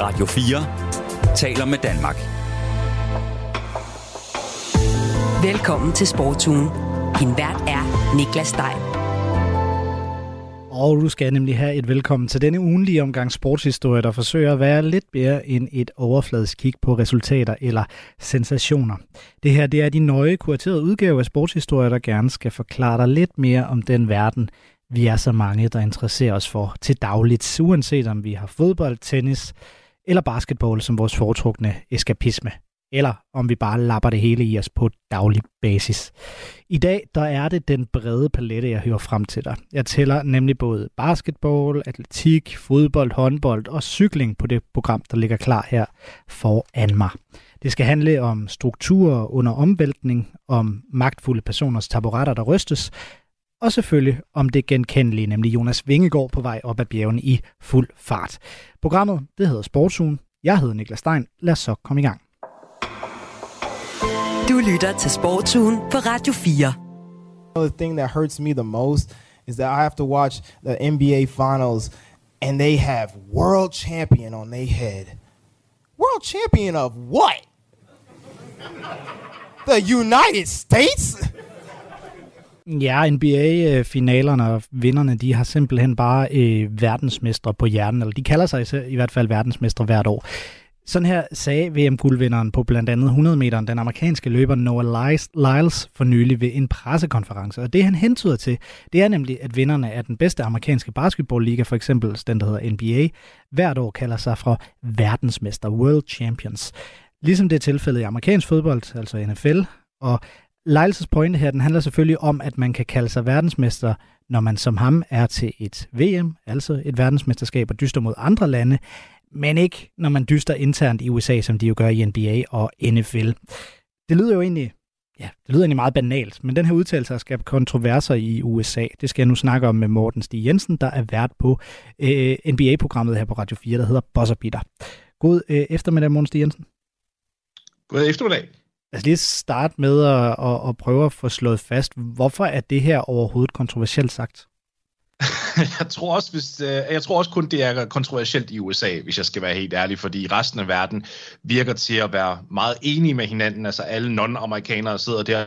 Radio 4 taler med Danmark. Velkommen til Sportsugen. Din vært er Niklas Stein. Og du skal nemlig have et velkommen til denne ugenlige omgang sportshistorie, der forsøger at være lidt mere end et overfladisk kig på resultater eller sensationer. Det her det er de nøje kuraterede udgave af sportshistorie, der gerne skal forklare dig lidt mere om den verden, vi er så mange, der interesserer os for til dagligt, uanset om vi har fodbold, tennis eller basketball som vores foretrukne eskapisme, eller om vi bare lapper det hele i os på daglig basis. I dag der er det den brede palette, jeg hører frem til dig. Jeg tæller nemlig både basketball, atletik, fodbold, håndbold og cykling på det program, der ligger klar her foran mig. Det skal handle om strukturer under omvæltning, om magtfulde personers taburetter, der rystes, og selvfølgelig om det genkendelige, nemlig Jonas Vingegaard på vej op ad bjergene i fuld fart. Programmet, det hedder Sportsugen. Jeg hedder Niklas Stein. Lad os så komme i gang. Du lytter til Sportsugen på Radio 4. The thing that hurts me the most is that I have to watch the NBA Finals and they have world champion on their head. World champion of what? The United States? Ja, NBA-finalerne og vinderne, de har simpelthen bare verdensmestre på hjernen, eller de kalder sig i hvert fald verdensmestre hvert år. Sådan her sagde VM-guldvinderen på blandt andet 100-meteren, den amerikanske løber Noah Lyles for nylig ved en pressekonference. Og det han hentyder til, det er nemlig, at vinderne af den bedste amerikanske basketballliga, for eksempel den der hedder NBA, hvert år kalder sig for verdensmester, World Champions. Ligesom det er tilfældet i amerikansk fodbold, altså NFL. Og Lyles' pointe her, den handler selvfølgelig om, at man kan kalde sig verdensmester, når man som ham er til et VM, altså et verdensmesterskab og dyster mod andre lande, men ikke når man dyster internt i USA, som de jo gør i NBA og NFL. Det lyder jo egentlig, meget banalt, men den her udtalelse har skabt kontroverser i USA. Det skal jeg nu snakke om med Morten Stig Jensen, der er vært på NBA-programmet her på Radio 4, der hedder Buzzer Beater. God eftermiddag, Morten Stig Jensen. God eftermiddag. Lad os lige starte med at prøve at få slået fast, hvorfor er det her overhovedet kontroversielt sagt? Jeg tror også kun, det er kontroversielt i USA, hvis jeg skal være helt ærlig, fordi resten af verden virker til at være meget enige med hinanden. Altså alle non-amerikanere sidder der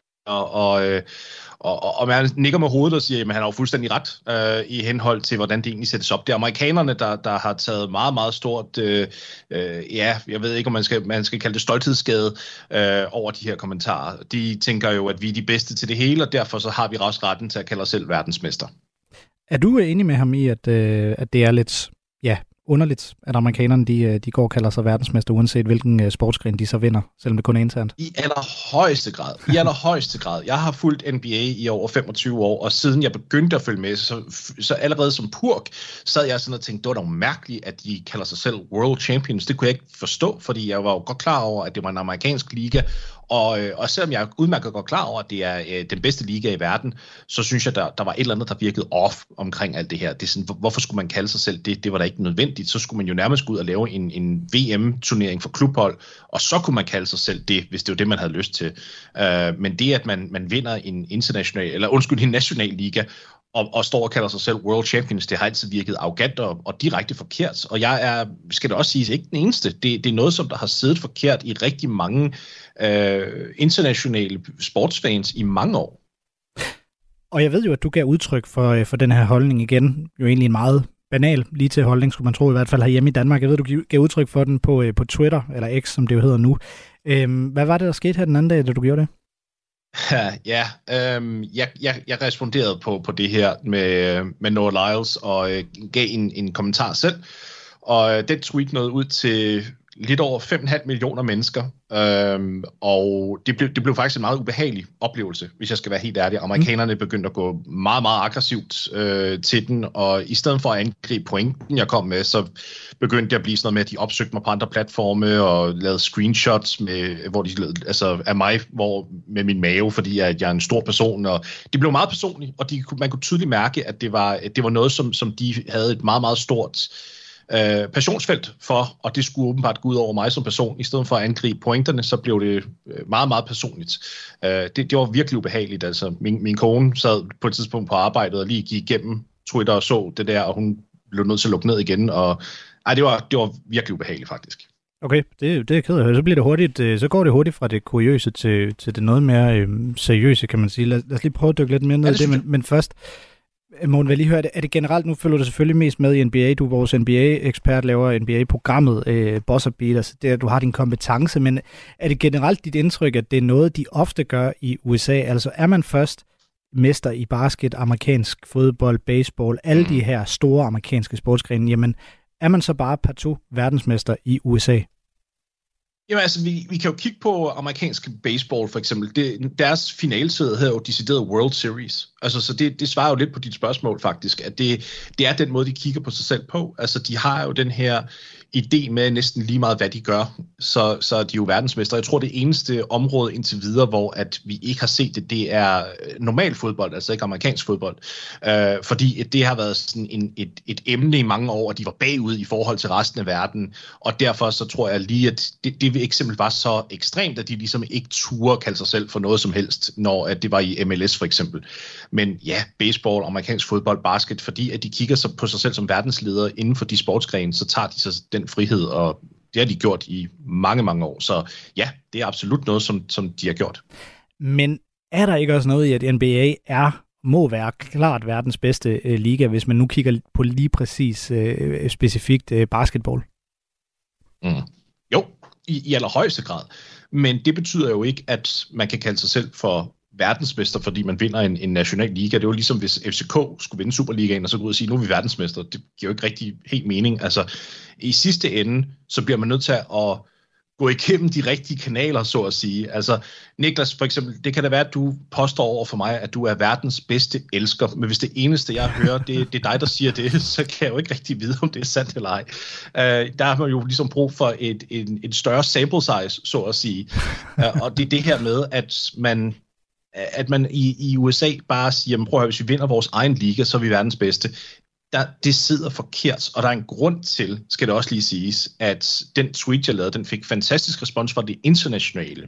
og man nikker med hovedet og siger, at han har jo fuldstændig ret i henhold til, hvordan det egentlig sættes op. Det er amerikanerne, der har taget meget, meget stort, jeg ved ikke, om man skal kalde det stolthedsskade over de her kommentarer. De tænker jo, at vi er de bedste til det hele, og derfor så har vi også retten til at kalde os selv verdensmester. Er du enig med ham i, at det er lidt underligt, at amerikanerne de går og kalder sig verdensmester, uanset hvilken sportsgren de så vinder, selvom det kun er internt? I allerhøjeste grad. Jeg har fulgt NBA i over 25 år, og siden jeg begyndte at følge med, så allerede som purk, sad jeg sådan og tænkte, det var dog mærkeligt, at de kalder sig selv World Champions. Det kunne jeg ikke forstå, fordi jeg var jo godt klar over, at det var en amerikansk liga, og selvom jeg udmærket godt klar over, at det er den bedste liga i verden, så synes jeg, der var et eller andet, der virkede off omkring alt det her. Det er sådan, hvorfor skulle man kalde sig selv det? Det var da ikke nødvendigt. Så skulle man jo nærmest gå ud og lave en VM-turnering for klubhold, og så kunne man kalde sig selv det, hvis det var det, man havde lyst til. Men det, at man vinder en en national liga, og står og kalder sig selv World Champions, det har altid virket arrogant og direkte forkert. Og jeg skal det også sige, ikke den eneste. Det er noget, som der har siddet forkert i rigtig mange internationale sportsfans i mange år. Og jeg ved jo, at du gav udtryk for den her holdning igen. Jo egentlig en meget banal, lige til holdning, skulle man tro, i hvert fald herhjemme i Danmark. Jeg ved, du gav udtryk for den på Twitter, eller X, som det jo hedder nu. Hvad var det, der skete her den anden dag, da du gjorde det? Jeg responderede på det her med Noah Lyles og gav en kommentar selv, og den tweet nåede ud til lidt over 5,5 millioner mennesker, og det blev faktisk en meget ubehagelig oplevelse, hvis jeg skal være helt ærlig. Amerikanerne begyndte at gå meget, meget aggressivt til den, og i stedet for at angribe pointen, jeg kom med, så begyndte det at blive sådan noget med, at de opsøgte mig på andre platforme og lavede screenshots hvor de af mig, med min mave, fordi at jeg er en stor person, og det blev meget personligt, og man kunne tydeligt mærke, at det var noget, som de havde et meget, meget stort passionsfelt for, og det skulle åbenbart gå ud over mig som person. I stedet for at angribe pointerne, så blev det meget, meget personligt. Det var virkelig ubehageligt. Altså, min kone sad på et tidspunkt på arbejdet og lige gik igennem Twitter og så det der, og hun blev nødt til at lukke ned igen, og Ej, det var virkelig ubehageligt, faktisk. Okay, det er kedeligt. Så bliver det hurtigt, så går det hurtigt fra det kuriøse til det noget mere seriøse, kan man sige. Lad os lige prøve at dykke lidt mere ned i det, men først, Morten, vil jeg lige høre, er det generelt, nu følger du selvfølgelig mest med i NBA, du er vores NBA-ekspert, laver NBA-programmet Buzzer Beaters, det er, at du har din kompetence, men er det generelt dit indtryk, at det er noget, de ofte gør i USA? Altså er man først mester i basket, amerikansk fodbold, baseball, alle de her store amerikanske sportsgrene, jamen er man så bare partout verdensmester i USA? Jamen altså, vi kan jo kigge på amerikansk baseball for eksempel. Deres finalsæde hedder jo decideret World Series. Altså, så det svarer jo lidt på dit spørgsmål faktisk, at det er den måde, de kigger på sig selv på. Altså, de har jo den her idé med næsten lige meget, hvad de gør, så er de jo verdensmestre. Jeg tror, det eneste område indtil videre, hvor at vi ikke har set det er normal fodbold, altså ikke amerikansk fodbold. Fordi det har været sådan et emne i mange år, at de var bagud i forhold til resten af verden, og derfor så tror jeg lige, at det eksempel var så ekstremt, at de ligesom ikke turde kalde sig selv for noget som helst, når at det var i MLS for eksempel. Men ja, baseball, amerikansk fodbold, basket, fordi at de kigger så på sig selv som verdensledere inden for de sportsgrene, så tager de så den frihed, og det har de gjort i mange, mange år. Så ja, det er absolut noget, som de har gjort. Men er der ikke også noget i, at NBA må være klart verdens bedste liga, hvis man nu kigger på lige præcis specifikt basketball? Jo, i allerhøjeste grad. Men det betyder jo ikke, at man kan kalde sig selv for verdensmester, fordi man vinder en national liga. Det er jo ligesom, hvis FCK skulle vinde Superligaen, og så gå ud og sige, nu er vi verdensmester. Det giver jo ikke rigtig helt mening. Altså, i sidste ende, så bliver man nødt til at gå igennem de rigtige kanaler, så at sige. Altså, Niklas, for eksempel, det kan da være, at du påstår over for mig, at du er verdens bedste elsker, men hvis det eneste, jeg hører, det er dig, der siger det, så kan jeg jo ikke rigtig vide, om det er sandt eller ej. Der har man jo ligesom brug for et større sample size, så at sige. Og det er det her med, at man i USA bare siger, prøv at høre, hvis vi vinder vores egen liga, så er vi verdens bedste. Det sidder forkert, og der er en grund til, skal det også lige siges, at den tweet, jeg lavede, den fik fantastisk respons fra det internationale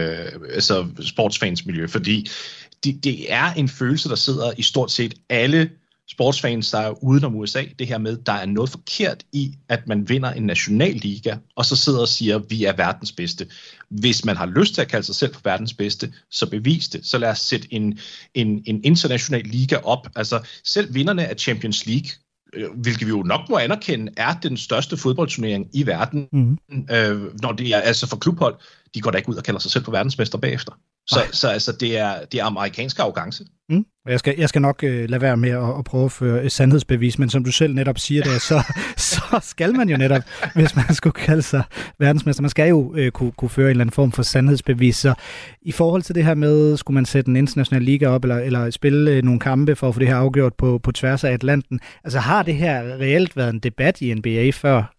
sportsfansmiljø, fordi det er en følelse, der sidder i stort set alle sportsfans, der er udenom USA, det her med, der er noget forkert i, at man vinder en nationalliga, og så sidder og siger, vi er verdens bedste. Hvis man har lyst til at kalde sig selv for verdens bedste, så bevis det. Så lad os sætte en international liga op. Altså selv vinderne af Champions League, hvilket vi jo nok må anerkende, er den største fodboldturnering i verden, når det er altså for klubhold, de går da ikke ud og kalder sig selv for verdensmester bagefter. Så altså, det er amerikansk arrogance. Jeg skal nok lade være med at prøve at føre sandhedsbevis, men som du selv netop siger det, så skal man jo netop, hvis man skulle kalde sig verdensmester, man skal jo kunne føre en eller anden form for sandhedsbevis. Så i forhold til det her med, skulle man sætte en international liga op, eller spille nogle kampe for at få det her afgjort på tværs af Atlanten, altså har det her reelt været en debat i NBA før?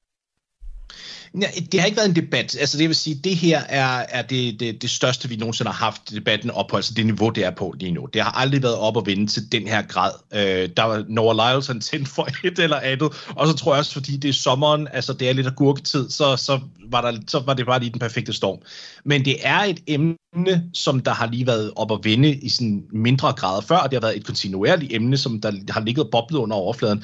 Ja, det har ikke været en debat. Altså det vil sige, det her er det største, vi nogensinde har haft debatten op på, altså det niveau, det er på lige nu. Det har aldrig været op at vinde til den her grad. Der var Noah Lyles, han tændte for et eller andet, og så tror jeg også, fordi det er sommeren, altså det er lidt af gurketid, så var det bare lige den perfekte storm. Men det er et emne, som der har lige været op at vinde i sådan mindre grad før, og det har været et kontinuerligt emne, som der har ligget boblet under overfladen.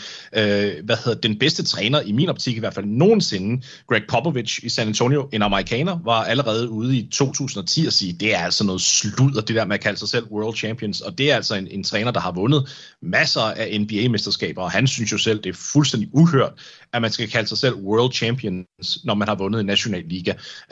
Den bedste træner, i min optik i hvert fald nogensinde, Greg Popovich i San Antonio, en amerikaner, var allerede ude i 2010 og sige, det er altså noget sludder, det der med at kalde sig selv World Champions, og det er altså en træner, der har vundet masser af NBA-mesterskaber, og han synes jo selv, det er fuldstændig uhørt, at man skal kalde sig selv World Champions, når man har vundet en national liga.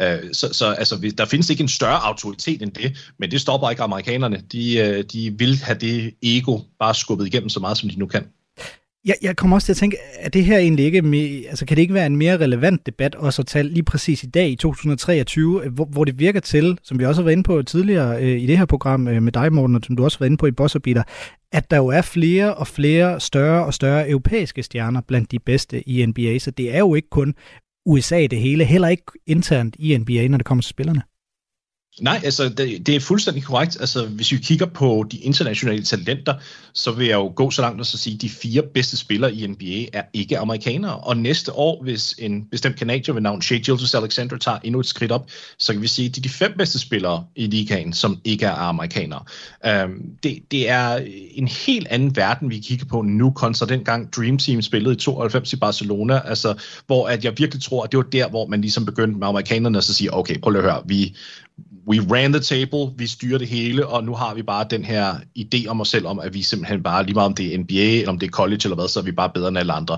Så altså, der findes ikke en større autoritet end det, men det stopper ikke amerikanerne. De vil have det ego bare skubbet igennem så meget, som de nu kan. Jeg kommer også til at tænke, at det her egentlig ikke, altså kan det ikke være en mere relevant debat også at tage lige præcis i dag i 2023, hvor det virker til, som vi også har været inde på tidligere i det her program med dig, Morten, og som du også har været inde på i Buzzer Beater, at der jo er flere og flere større og større europæiske stjerner blandt de bedste i NBA, så det er jo ikke kun USA det hele, heller ikke internt i NBA, når det kommer til spillerne. Nej, altså det er fuldstændig korrekt. Altså hvis vi kigger på de internationale talenter, så vil jeg jo gå så langt og så sige, at de 4 bedste spillere i NBA er ikke amerikanere. Og næste år, hvis en bestemt kanadier ved navn Shai Gilgeous-Alexander tager endnu et skridt op, så kan vi sige, at de er de 5 bedste spillere i ligaen, som ikke er amerikanere. Det er en helt anden verden, vi kigger på nu, kontra dengang Dream Team spillede i 92 i Barcelona, altså hvor at jeg virkelig tror, at det var der, hvor man ligesom begyndte med amerikanerne at så sige, okay, prøv at høre, we ran the table, vi styrer det hele, og nu har vi bare den her idé om os selv, om at vi simpelthen bare, lige meget om det er NBA, eller om det er college, eller hvad, så er vi bare bedre end alle andre.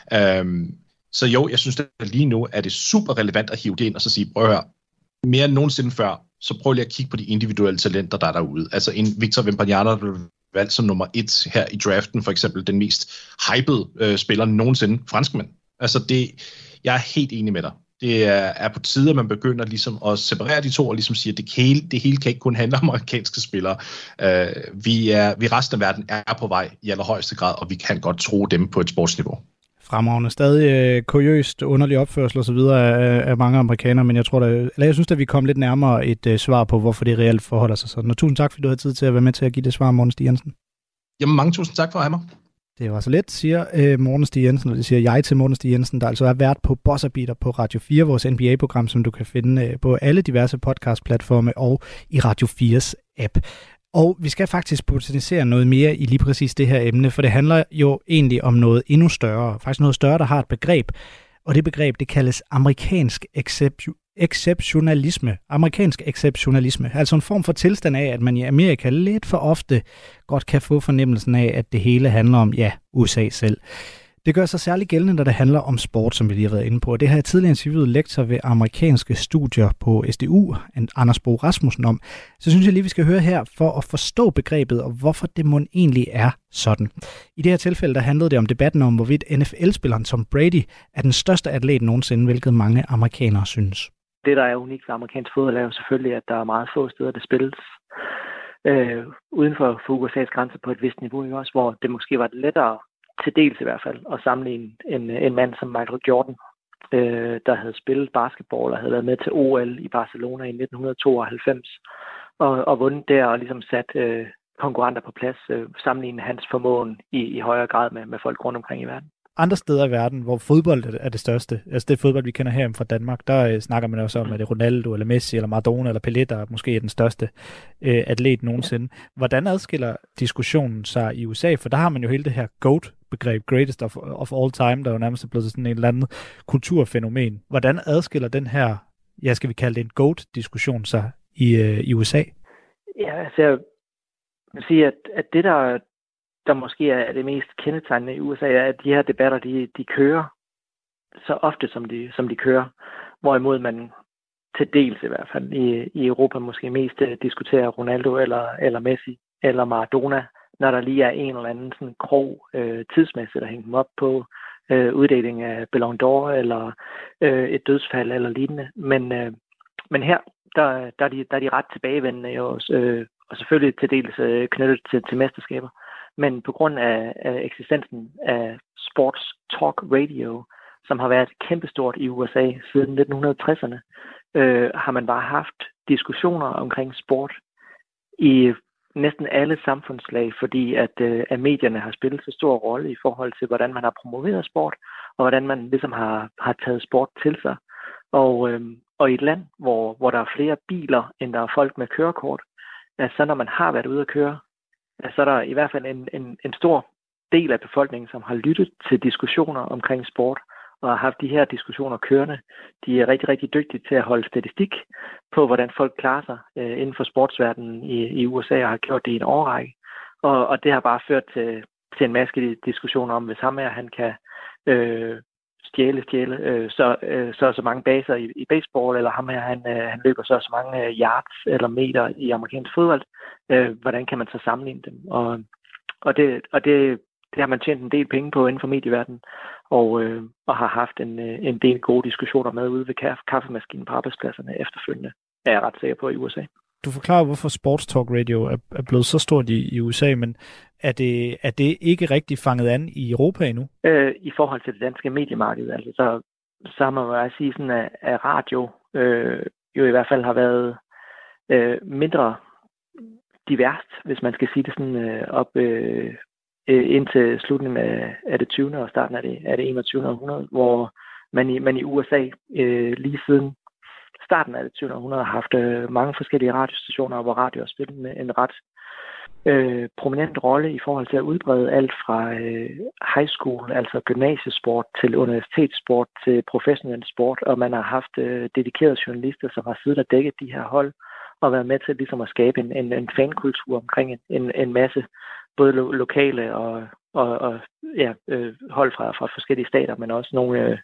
Så jo, jeg synes, at lige nu er det super relevant at hive det ind, og så sige, prøv at høre, mere end nogensinde før, så prøv lige at kigge på de individuelle talenter, der er derude. Altså en Victor Wembanyama, der blev valgt som nummer 1 her i draften, for eksempel den mest hypede spiller nogensinde, franskmand. Altså jeg er helt enig med dig. Det er på tide, at man begynder ligesom at separere de to, og ligesom siger, at det hele kan ikke kun handle om amerikanske spillere. Vi resten af verden er på vej i allerhøjeste grad, og vi kan godt tro dem på et sportsniveau. Fremragende. Stadig kuriøst, underlig opførsel og så videre af mange amerikanere, men jeg synes, at vi kom lidt nærmere et svar på, hvorfor det reelt forholder sig sådan. Og tusind tak, fordi du havde tid til at være med til at give det svar, Morten Stig Jensen. Jamen, mange tusind tak for at have mig. Det var så let, siger Morten Stig Jensen, og det siger jeg til Morten Stig Jensen, der altså er vært på Buzzer Beater på Radio 4, vores NBA-program, som du kan finde på alle diverse podcast-platforme og i Radio 4's app. Og vi skal faktisk botanisere noget mere i lige præcis det her emne, for det handler jo egentlig om noget endnu større, faktisk noget større, der har et begreb, og det begreb, det kaldes amerikansk exceptionalisme. Amerikansk exceptionalisme. Altså en form for tilstand af, at man i Amerika lidt for ofte godt kan få fornemmelsen af, at det hele handler om, USA selv. Det gør sig særligt gældende, når det handler om sport, som vi lige har været inde på. Det har jeg tidligere interviewet lektor ved amerikanske studier på SDU, Anders Bo Rasmussen, om. Så synes jeg lige, vi skal høre her for at forstå begrebet, og hvorfor det mon egentlig er sådan. I det her tilfælde, der handlede det om debatten om, hvorvidt NFL-spilleren Tom Brady er den største atlet nogensinde, hvilket mange amerikanere synes. Det, der er unikt ved amerikansk fodbold, er jo selvfølgelig, at der er meget få steder, der spilles uden for USA's grænser på et vist niveau, også, hvor det måske var lettere, til dels i hvert fald, at sammenligne en mand som Michael Jordan, der havde spillet basketball og havde været med til OL i Barcelona i 1992, og vundet der og ligesom sat konkurrenter på plads, sammenligne hans formåen i højere grad med folk rundt omkring i verden. Andre steder i verden, hvor fodbold er det største, altså det fodbold, vi kender her fra Danmark, der snakker man også om, at det er Ronaldo, eller Messi, eller Maradona, eller Pelé, der måske er den største atlet nogensinde. Hvordan adskiller diskussionen sig i USA? For der har man jo hele det her GOAT-begreb, greatest of all time, der jo nærmest er blevet sådan en eller anden kulturfænomen. Hvordan adskiller den her, skal vi kalde det en GOAT-diskussion sig i USA? Ja, altså jeg vil sige, at det der måske er det mest kendetegnende i USA, er, at de her debatter, de kører så ofte, som de kører. Hvorimod man til dels i hvert fald i Europa måske mest diskuterer Ronaldo eller Messi eller Maradona, når der lige er en eller anden sådan krog tidsmæssigt, der hænger dem op på uddeling af Ballon d'Or eller et dødsfald eller lignende. Men her, der er de ret tilbagevendende og selvfølgelig til dels knyttet til mesterskaber. Men på grund af eksistensen af sports talk radio, som har været kæmpestort i USA siden 1960'erne, har man bare haft diskussioner omkring sport i næsten alle samfundslag, fordi at medierne har spillet så stor rolle i forhold til, hvordan man har promoveret sport, og hvordan man ligesom har taget sport til sig. Og i et land, hvor der er flere biler, end der er folk med kørekort, så når man har været ude at køre, så er der i hvert fald en stor del af befolkningen, som har lyttet til diskussioner omkring sport, og har haft de her diskussioner kørende. De er rigtig, rigtig dygtige til at holde statistik på, hvordan folk klarer sig inden for sportsverdenen i USA, og har gjort det i en årrække. Og det har bare ført til en masse diskussioner om, hvis ham her, han kan stjæle så mange baser i baseball, eller ham her, han løber så mange yards eller meter i amerikansk fodbold. Hvordan kan man så sammenligne dem? Og det har man tjent en del penge på inden for medieverdenen, og har haft en del gode diskussioner med ude ved kaffemaskinen på arbejdspladserne efterfølgende, er jeg ret sikker på i USA. Du forklarer, hvorfor Sports Talk Radio er blevet så stort i USA, men er det ikke rigtig fanget an i Europa endnu? I forhold til det danske mediemarked, altså så må man sige sådan, at radio jo i hvert fald har været mindre diverst, hvis man skal sige det sådan, op indtil slutningen af det 20. og starten af det 21. århundrede, hvor man i USA lige siden starten af det 20. århundrede har haft mange forskellige radiostationer, hvor radio har spillet med en ret prominent rolle i forhold til at udbrede alt fra high school, altså gymnasiesport, til universitetssport, til professionel sport, og man har haft dedikerede journalister, som har siddet og dækket de her hold, og været med til ligesom at skabe en fankultur omkring en masse både lokale og hold fra forskellige stater, men også nogle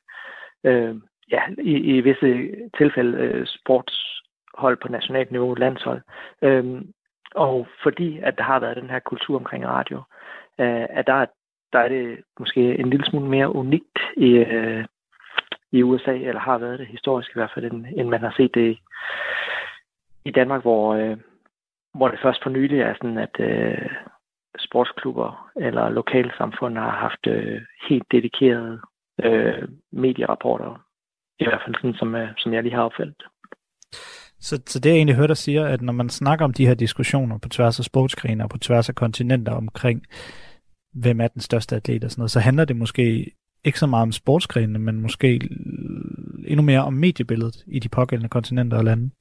i visse tilfælde sportshold på nationalt niveau, landshold. Og fordi at der har været den her kultur omkring radio, at der er det måske en lille smule mere unikt i USA, eller har været det historisk i hvert fald, end man har set det i Danmark, hvor det først for nylig er sådan, at sportsklubber eller lokalsamfund har haft helt dedikerede medierapporter, i hvert fald sådan, som jeg lige har opfattet. Så det jeg egentlig hørte dig sige, at når man snakker om de her diskussioner på tværs af sportsgrene og på tværs af kontinenter omkring, hvem er den største atlet og sådan noget, så handler det måske ikke så meget om sportsgrenene, men måske endnu mere om mediebilledet i de pågældende kontinenter og lande.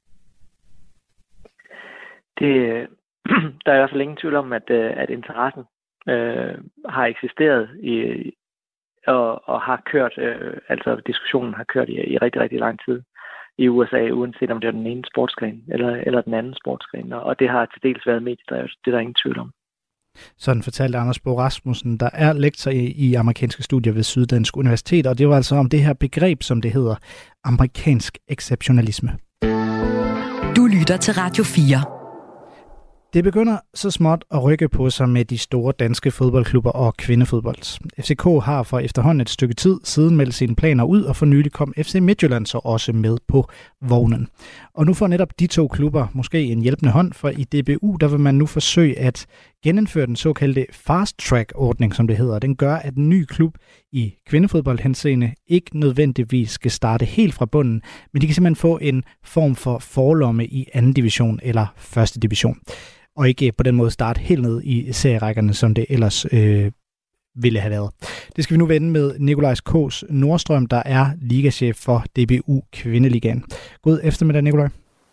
Der er i hvert fald ingen tvivl om, at interessen har eksisteret og har kørt, altså diskussionen har kørt i rigtig, rigtig lang tid i USA, uanset om det er den ene sportsgren eller den anden sportsgren. Og det har til dels været mediedrevet, det er der ingen tvivl om. Sådan fortalte Anders Bo Rasmussen, der er lektor i amerikanske studier ved Syddansk Universitet, og det var altså om det her begreb, som det hedder, amerikansk exceptionalisme. Du lytter til Radio 4. Det begynder så småt at rykke på sig med de store danske fodboldklubber og kvindefodbold. FCK har for efterhånden et stykke tid siden meldt sine planer ud, og for nylig kom FC Midtjylland så også med på vognen. Og nu får netop de to klubber måske en hjælpende hånd, for i DBU der vil man nu forsøge at genindføre den såkaldte fast-track-ordning, som det hedder. Den gør, at en ny klub i kvindefodboldhenseende ikke nødvendigvis skal starte helt fra bunden, men de kan simpelthen få en form for forlomme i anden division eller første division. Og ikke på den måde starte helt ned i serierækkerne, som det ellers ville have været. Det skal vi nu vende med Nikolaj Kås Nordstrøm, der er ligachef for DBU Kvindeligaen. God eftermiddag, Nikolaj.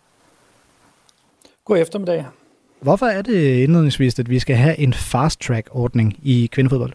God eftermiddag. Hvorfor er det indledningsvis, at vi skal have en fast-track-ordning i kvindefodbold?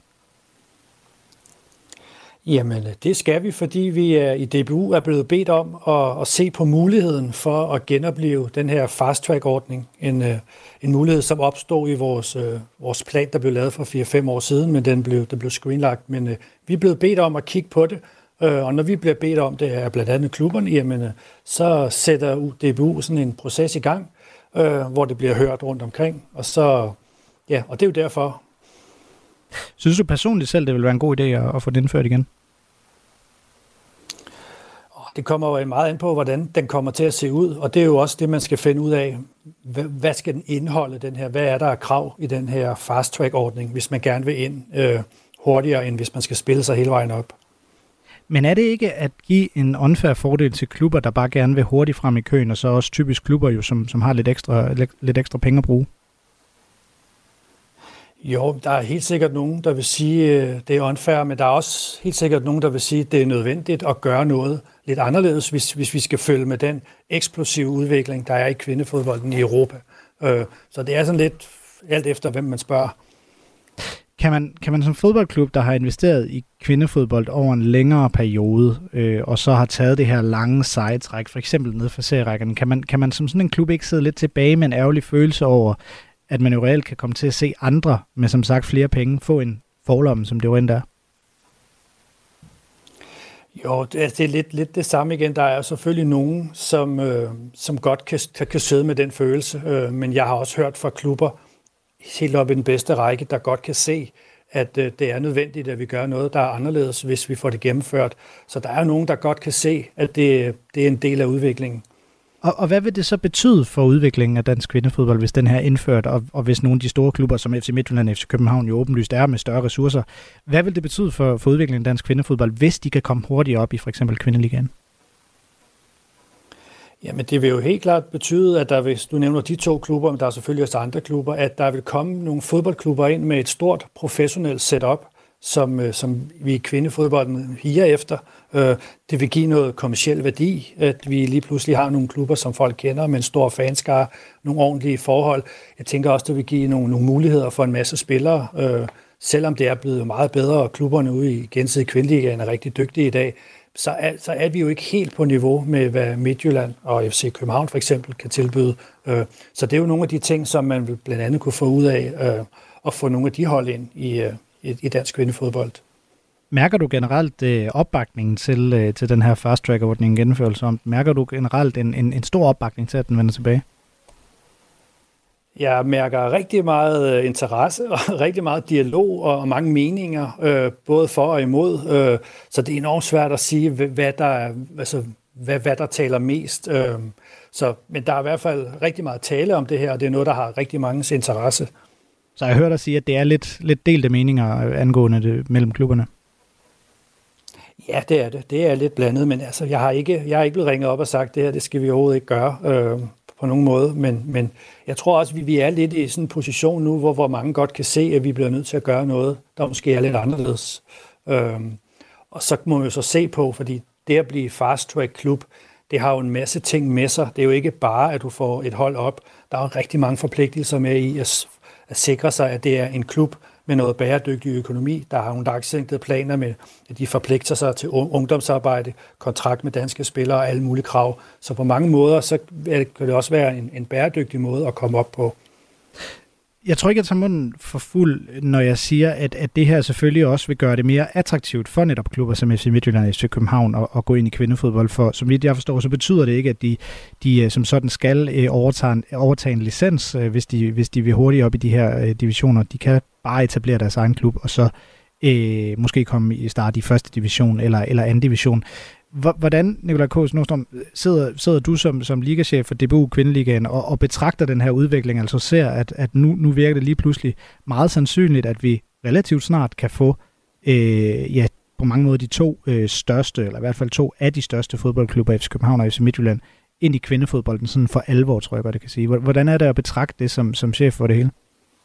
Jamen, det skal vi, fordi vi i DBU er blevet bedt om at se på muligheden for at genopleve den her fast-track-ordning. En mulighed, som opstod i vores plan, der blev lavet for 4-5 år siden, men den blev screenlagt. Men vi er blevet bedt om at kigge på det, og når vi bliver bedt om det af blandt andet klubberne, jamen, så sætter DBU sådan en proces i gang, hvor det bliver hørt rundt omkring. Og det er jo derfor. Synes du personligt selv, det vil være en god idé at få den indført igen? Det kommer jo meget an på, hvordan den kommer til at se ud, og det er jo også det, man skal finde ud af. Hvad skal den indeholde, den her? Hvad er der af krav i den her fast-track-ordning, hvis man gerne vil ind hurtigere, end hvis man skal spille sig hele vejen op? Men er det ikke at give en unfair fordel til klubber, der bare gerne vil hurtigt frem i køen, og så også typisk klubber, jo, som har lidt ekstra penge at bruge? Jo, der er helt sikkert nogen, der vil sige, det er unfair, men der er også helt sikkert nogen, der vil sige, det er nødvendigt at gøre noget lidt anderledes, hvis vi skal følge med den eksplosive udvikling, der er i kvindefodbolden i Europa. Så det er sådan lidt alt efter, hvem man spørger. Kan man som fodboldklub, der har investeret i kvindefodbold over en længere periode, og så har taget det her lange sejtræk, for eksempel ned for serierækkerne, kan man som sådan en klub ikke sidde lidt tilbage med en ærgerlig følelse over, at man jo reelt kan komme til at se andre med som sagt flere penge få en forlomme, som det jo endda er? Jo, det er lidt det samme igen. Der er selvfølgelig nogen, som godt kan sidde med den følelse, men jeg har også hørt fra klubber helt op i den bedste række, der godt kan se, at det er nødvendigt, at vi gør noget, der er anderledes, hvis vi får det gennemført. Så der er nogen, der godt kan se, at det er en del af udviklingen. Og hvad vil det så betyde for udviklingen af dansk kvindefodbold, hvis den her er indført, og hvis nogle af de store klubber, som FC Midtjylland og FC København jo åbenlyst er med større ressourcer, hvad vil det betyde for udviklingen af dansk kvindefodbold, hvis de kan komme hurtigere op i for eksempel Kvindeligaen? Jamen det vil jo helt klart betyde, at der, hvis du nævner de 2 klubber, men der er selvfølgelig også andre klubber, at der vil komme nogle fodboldklubber ind med et stort professionelt setup, som vi i kvindefodbolden higer efter. Det vil give noget kommerciel værdi, at vi lige pludselig har nogle klubber, som folk kender, med en stor fanskare, nogle ordentlige forhold. Jeg tænker også, det vil give nogle muligheder for en masse spillere, selvom det er blevet meget bedre, og klubberne ude i gensidig kvindeligaen er rigtig dygtige i dag, så er vi jo ikke helt på niveau med, hvad Midtjylland og FC København for eksempel kan tilbyde. Så det er jo nogle af de ting, som man vil blandt andet kunne få ud af at få nogle af de hold ind i dansk kvindefodbold. Mærker du generelt opbakningen til den her fast track-ordning gennemførelse om? Mærker du generelt en stor opbakning til, at den vender tilbage? Jeg mærker rigtig meget interesse og rigtig meget dialog og mange meninger, både for og imod. Så det er enormt svært at sige, hvad der taler mest. Men der er i hvert fald rigtig meget tale om det her, og det er noget, der har rigtig manges interesse. Så jeg hører dig sige, at det er lidt delte meninger angående det mellem klubberne. Ja, det er det. Det er lidt blandet, men altså, jeg har ikke blevet ringet op og sagt, det her, det skal vi overhovedet ikke gøre på nogen måde. Men jeg tror også, at vi er lidt i sådan en position nu, hvor mange godt kan se, at vi bliver nødt til at gøre noget, der måske er lidt anderledes. Og så må vi jo så se på, fordi det at blive fast-track-klub, det har jo en masse ting med sig. Det er jo ikke bare, at du får et hold op. Der er jo rigtig mange forpligtelser med i at sikre sig, at det er en klub med noget bæredygtig økonomi. Der har nogle langsigtede planer med, at de forpligter sig til ungdomsarbejde, kontrakt med danske spillere og alle mulige krav. Så på mange måder, så kan det også være en bæredygtig måde at komme op på. Jeg tror ikke, jeg tager munden for fuld, når jeg siger, at det her selvfølgelig også vil gøre det mere attraktivt for netop klubber som FC Midtjylland og FC København at gå ind i kvindefodbold. For som vidt jeg forstår, så betyder det ikke, at de som sådan skal overtage en licens, hvis de vil hurtigt op i de her divisioner. De kan bare etablere deres egen klub, og så måske komme i start i første division eller anden division. Hvordan, Nikolaj Kaas Nordstrøm, sidder du som ligachef for DBU Kvindeligaen og betragter den her udvikling, altså ser, at nu virker det lige pludselig meget sandsynligt, at vi relativt snart kan få på mange måder de 2 største, eller i hvert fald 2 af de største fodboldklubber, FC København og FC Midtjylland, ind i kvindefodbolden sådan for alvor, tror jeg godt, det kan sige. Hvordan er det at betragte det som chef for det hele?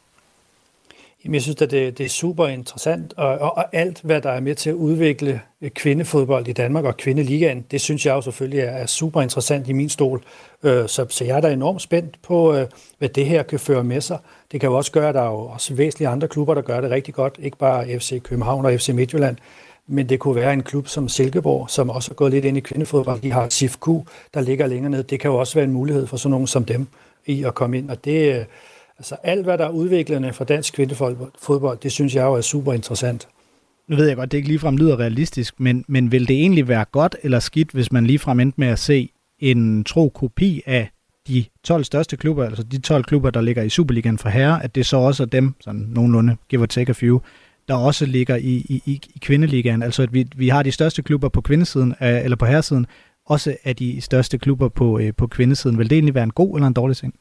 Jamen, jeg synes, at det er super interessant, og alt, hvad der er med til at udvikle kvindefodbold i Danmark og kvindeligaen, det synes jeg jo selvfølgelig er super interessant i min stol. Så jeg er da enormt spændt på, hvad det her kan føre med sig. Det kan jo også gøre, at der er jo også væsentlige andre klubber, der gør det rigtig godt. Ikke bare FC København og FC Midtjylland, men det kunne være en klub som Silkeborg, som også er gået lidt ind i kvindefodbold. De har SIFQ, der ligger længere ned. Det kan jo også være en mulighed for sådan nogen som dem i at komme ind, og det altså alt, hvad der er udviklende for dansk kvindefodbold, det synes jeg jo er super interessant. Nu ved jeg godt, det ikke ligefrem lyder realistisk, men vil det egentlig være godt eller skidt, hvis man ligefrem endte med at se en tro kopi af de 12 største klubber, altså de 12 klubber, der ligger i Superligaen for herrer, at det så også er dem, sådan nogenlunde, give or take a few, der også ligger i kvindeligaen, altså at vi har de største klubber på kvindesiden, eller på herresiden, også er de største klubber på kvindesiden. Vil det egentlig være en god eller en dårlig ting?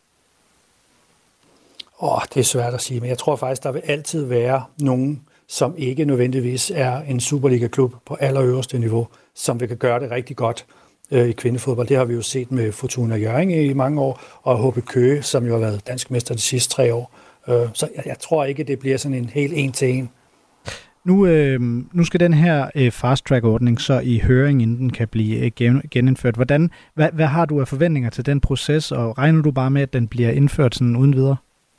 Det er svært at sige, men jeg tror faktisk, der vil altid være nogen, som ikke nødvendigvis er en Superliga-klub på allerøverste niveau, som vil kan gøre det rigtig godt i kvindefodbold. Det har vi jo set med Fortuna Hjørring i mange år, og HB Køge, som jo har været dansk mester de sidste 3 år. Så jeg tror ikke, det bliver sådan en helt en-til-en. Nu skal den her fast-track-ordning så i høring, inden den kan blive genindført. Hvad har du af forventninger til den proces, og regner du bare med, at den bliver indført sådan uden videre?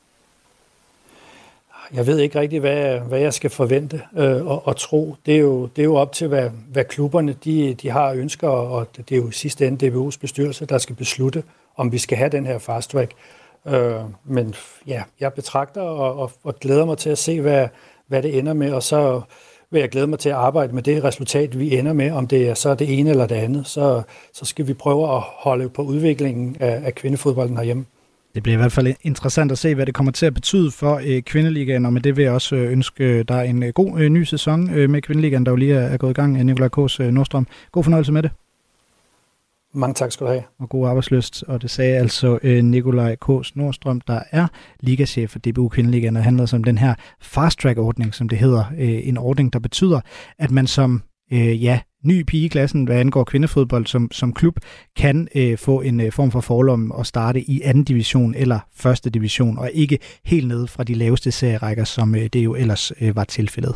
Jeg ved ikke rigtig, hvad jeg skal forvente og tro. Det er jo op til, hvad klubberne de har ønsker, og det er jo i sidste ende DBU's bestyrelse, der skal beslutte, om vi skal have den her fast track. Men ja, jeg betragter og glæder mig til at se, hvad det ender med, og så vil jeg glæde mig til at arbejde med det resultat, vi ender med, om det er så det ene eller det andet. Så skal vi prøve at holde på udviklingen af kvindefodbolden herhjemme. Det bliver i hvert fald interessant at se, hvad det kommer til at betyde for Kvindeligaen, og med det vil jeg også ønske dig en god ny sæson med Kvindeligaen, der jo lige er gået i gang. Nikolaj Kaas Nordstrøm, god fornøjelse med det. Mange tak skal du have. Og god arbejdslyst, og det sagde altså Nikolaj Kaas Nordstrøm, der er ligachef for DBU Kvindeligaen, og handler om den her fast-track-ordning, som det hedder. En ordning, der betyder, at man som ny pige i klassen, hvad angår kvindefodbold som klub, kan få en form for forlom og starte i anden division eller første division, og ikke helt ned fra de laveste serierækker, som det jo ellers var tilfældet.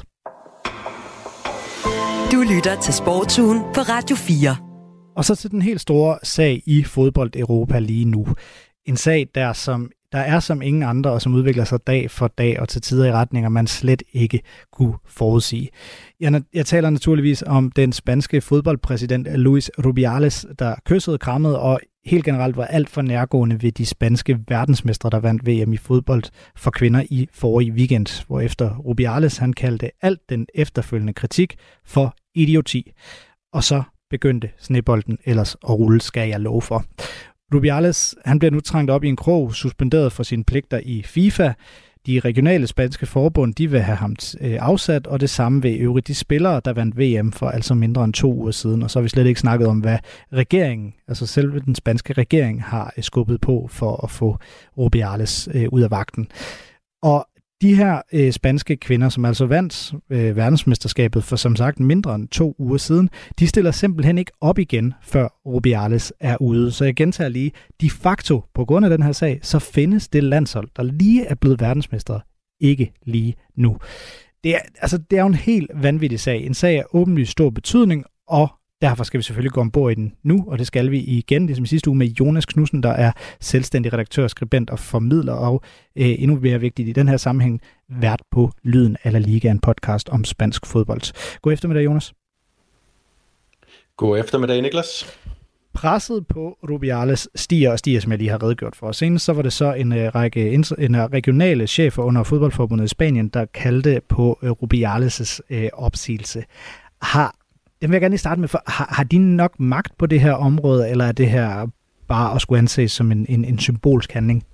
Du lytter til Sportsugen på Radio 4. Og så til den helt store sag i fodbold Europa lige nu. En sag, der er som ingen andre, og som udvikler sig dag for dag og til tider i retninger, man slet ikke kunne forudsige. Jeg taler naturligvis om den spanske fodboldpræsident Luis Rubiales, der kyssede, krammede og helt generelt var alt for nærgående ved de spanske verdensmestre, der vandt VM i fodbold for kvinder i forrige weekend, hvorefter Rubiales han kaldte alt den efterfølgende kritik for idioti. Og så begyndte snebolden ellers at rulle, skal jeg love for. Rubiales han bliver nu trængt op i en krog, suspenderet for sine pligter i FIFA. De regionale spanske forbund de vil have ham afsat, og det samme vil øvrigt de spillere, der vandt VM for altså mindre end 2 uger siden. Og så har vi slet ikke snakket om, hvad regeringen, altså selve den spanske regering, har skubbet på for at få Rubiales ud af vagten. Og de her spanske kvinder, som altså vandt verdensmesterskabet for som sagt mindre end 2 uger siden, de stiller simpelthen ikke op igen, før Rubiales er ude. Så jeg gentager lige, de facto på grund af den her sag, så findes det landshold, der lige er blevet verdensmestre, ikke lige nu. Det er jo en helt vanvittig sag. En sag af åbenlyst stor betydning, og derfor skal vi selvfølgelig gå ombord i den nu, og det skal vi igen, ligesom i sidste uge, med Jonas Knudsen, der er selvstændig redaktør, skribent og formidler, og endnu mere vigtigt i den her sammenhæng, vært på Lyden af La Liga, en podcast om spansk fodbold. God eftermiddag, Jonas. God eftermiddag, Niklas. Presset på Rubiales stiger, som jeg lige har redegjort for. Senest så var det så en regionale chefer under fodboldforbundet i Spanien, der kaldte på Rubiales' opsigelse. Den vil jeg gerne lige starte med, for har de nok magt på det her område, eller er det her bare at skulle anses som en symbolsk handling?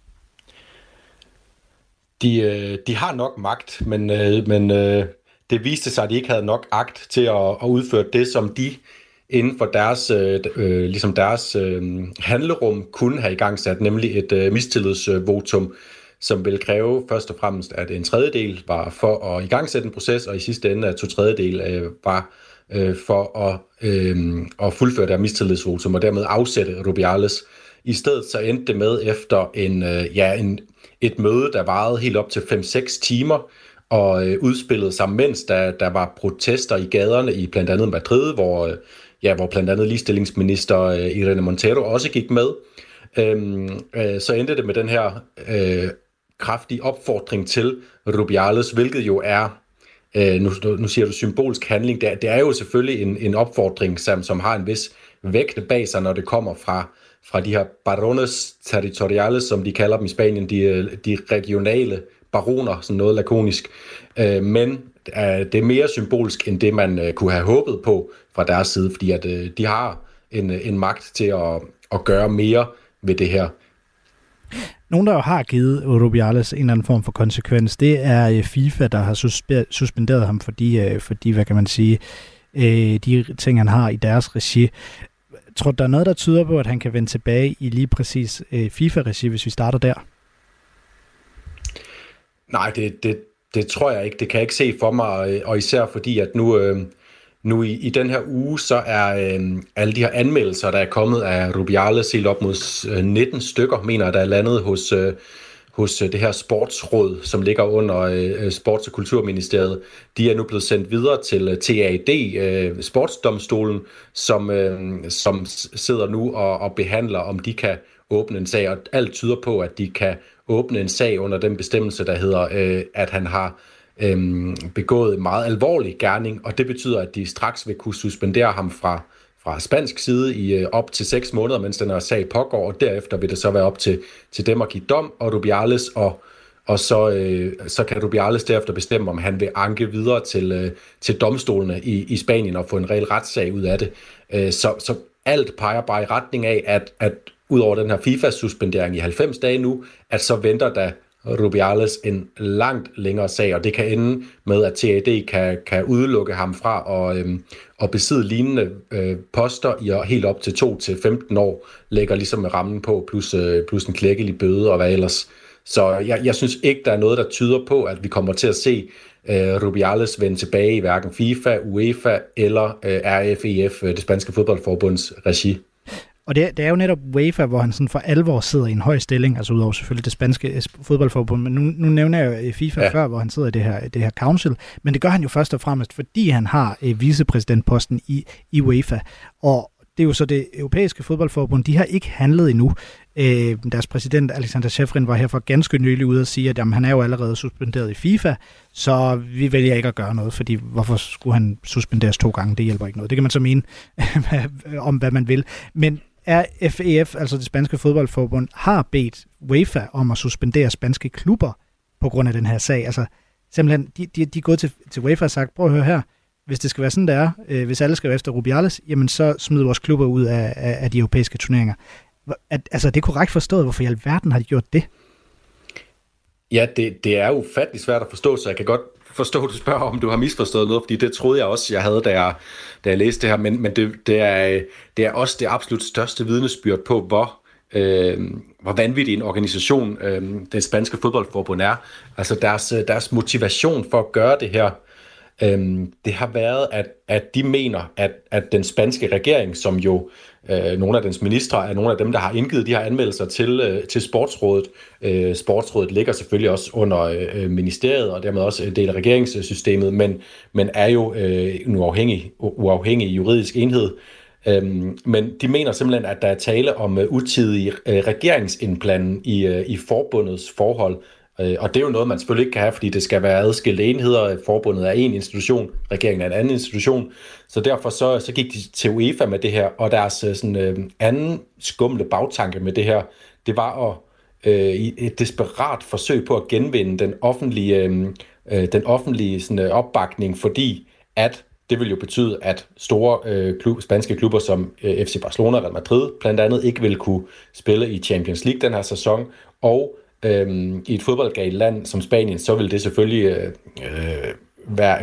De har nok magt, men det viste sig, at de ikke havde nok agt til at udføre det, som de inden for deres handlerum kunne have igangsat, nemlig et mistillidsvotum, som vil kræve først og fremmest, at 1/3 var for at igangsætte en proces, og i sidste ende, at 2/3 var for at fuldføre der mistillidsvotum og dermed afsætte Rubiales. I stedet så endte det med efter et møde, der varede helt op til 5-6 timer, og udspillede sig, mens der var protester i gaderne i blandt andet Madrid, hvor blandt andet ligestillingsminister Irene Montero også gik med. Så endte det med den her kraftige opfordring til Rubiales, hvilket jo er nu siger du symbolsk handling. Det er jo selvfølgelig en opfordring, som har en vis vægt bag sig, når det kommer fra de her barones territoriales, som de kalder dem i Spanien, de regionale baroner, sådan noget lakonisk. Men det er mere symbolsk, end det man kunne have håbet på fra deres side, fordi at de har en magt til at gøre mere ved det her. Nogen, der jo har givet Rubiales en eller anden form for konsekvens, det er FIFA, der har suspenderet ham fordi hvad kan man sige, de ting, han har i deres regi. Tror du, der er noget, der tyder på, at han kan vende tilbage i lige præcis FIFA-regi, hvis vi starter der? Nej, det tror jeg ikke. Det kan jeg ikke se for mig, og især fordi, at nu i den her uge, så er alle de her anmeldelser, der er kommet af Rubiales helt op mod 19 stykker, mener jeg, der er landet hos det her sportsråd, som ligger under Sports- og Kulturministeriet. De er nu blevet sendt videre til TAD, sportsdomstolen, som sidder nu og behandler, om de kan åbne en sag, og alt tyder på, at de kan åbne en sag under den bestemmelse, der hedder, at han har begået en meget alvorlig gerning, og det betyder, at de straks vil kunne suspendere ham fra spansk side i op til 6 måneder, mens den her sag pågår, og derefter vil det så være op til dem at give dom, og Rubiales, og så kan Rubiales derefter bestemme, om han vil anke videre til domstolene i Spanien og få en reel retssag ud af det. Så alt peger bare i retning af, at ud over den her FIFA-suspendering i 90 dage nu, at så venter der Rubiales en langt længere sag, og det kan ende med, at TAD kan udelukke ham fra at besidde lignende poster i helt op til 2 til 15 år, lægger ligesom rammen på, plus en klækkelig bøde og hvad ellers. Så jeg synes ikke, der er noget, der tyder på, at vi kommer til at se Rubiales vende tilbage i hverken FIFA, UEFA eller RFEF, det spanske fodboldforbunds regi. Og det er jo netop UEFA, hvor han sådan for alvor sidder i en høj stilling, altså udover selvfølgelig det spanske fodboldforbund, men nu nævner jeg jo FIFA før, hvor han sidder i det her council, men det gør han jo først og fremmest, fordi han har vicepræsidentposten i UEFA, og det er jo så det europæiske fodboldforbund, de har ikke handlet endnu. Deres præsident, Alexander Čeferin, var her for ganske nylig ude at sige, at jamen, han er jo allerede suspenderet i FIFA, så vi vælger ikke at gøre noget, fordi hvorfor skulle han suspenderes 2 gange? Det hjælper ikke noget. Det kan man så mene om, hvad man vil. Men RFEF, altså det spanske fodboldforbund, har bedt UEFA om at suspendere spanske klubber på grund af den her sag. Altså simpelthen, de er gået til UEFA og sagt, prøv at høre her, hvis det skal være sådan, det er, hvis alle skal være efter Rubiales, jamen så smider vores klubber ud af de europæiske turneringer. Altså, det er korrekt forstået. Hvorfor i alverden har de gjort det? Ja, det er ufattelig svært at forstå, så jeg kan godt forstå, at du spørger, om du har misforstået noget, fordi det troede jeg også, jeg havde, da jeg læste det her, men det er også det absolut største vidnesbyrd på, hvor vanvittig en organisation det spanske fodboldforbund er. Altså deres motivation for at gøre det her, det har været, at de mener, at den spanske regering, som jo nogle af dens ministre er nogle af dem, der har indgivet de her anmeldelser til Sportsrådet. Sportsrådet ligger selvfølgelig også under ministeriet, og dermed også en del af regeringssystemet, men er jo en uafhængig juridisk enhed. Men de mener simpelthen, at der er tale om utidig regeringsindblanding i forbundets forhold. Og det er jo noget, man selvfølgelig ikke kan have, fordi det skal være adskilte enheder. Forbundet er en institution, regeringen er en anden institution. Så derfor så gik de til UEFA med det her, og deres sådan, anden skumle bagtanke med det her, det var i et desperat forsøg på at genvinde den offentlige sådan, opbakning, fordi at det vil jo betyde, at store spanske klubber som FC Barcelona og Real Madrid blandt andet ikke vil kunne spille i Champions League den her sæson, og i et fodboldgalt land som Spanien, så vil det selvfølgelig være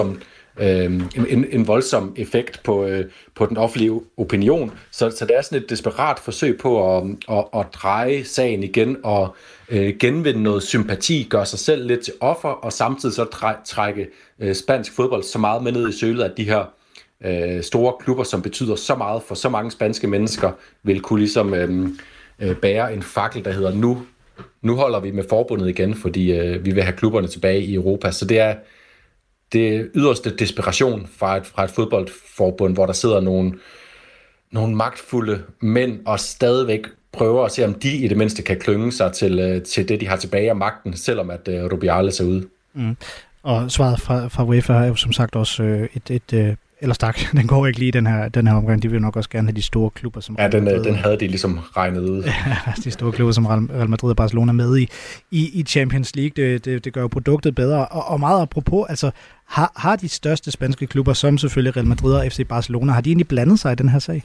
en voldsom effekt på den offentlige opinion. Så det er sådan et desperat forsøg på at dreje sagen igen og genvinde noget sympati, gøre sig selv lidt til offer, og samtidig så trække spansk fodbold så meget med ned i sølet, at de her store klubber, som betyder så meget for så mange spanske mennesker, vil kunne ligesom bære en fakkel, der hedder nu holder vi med forbundet igen, fordi vi vil have klubberne tilbage i Europa. Så det er yderste desperation fra et fodboldforbund, hvor der sidder nogle magtfulde mænd og stadigvæk prøver at se, om de i det mindste kan klynge sig til det, de har tilbage af magten, selvom at Rubiales er ude. Mm. Og svaret fra UEFA er jo som sagt også ellers tak, den går ikke lige den her omgang. De vil nok også gerne have de store klubber, som Real Madrid. Den havde de ligesom regnet ud. Ja, de store klubber, som Real Madrid og Barcelona med i Champions League. Det gør jo produktet bedre. Og meget apropos, altså har de største spanske klubber, som selvfølgelig Real Madrid og FC Barcelona, har de egentlig blandet sig i den her sag?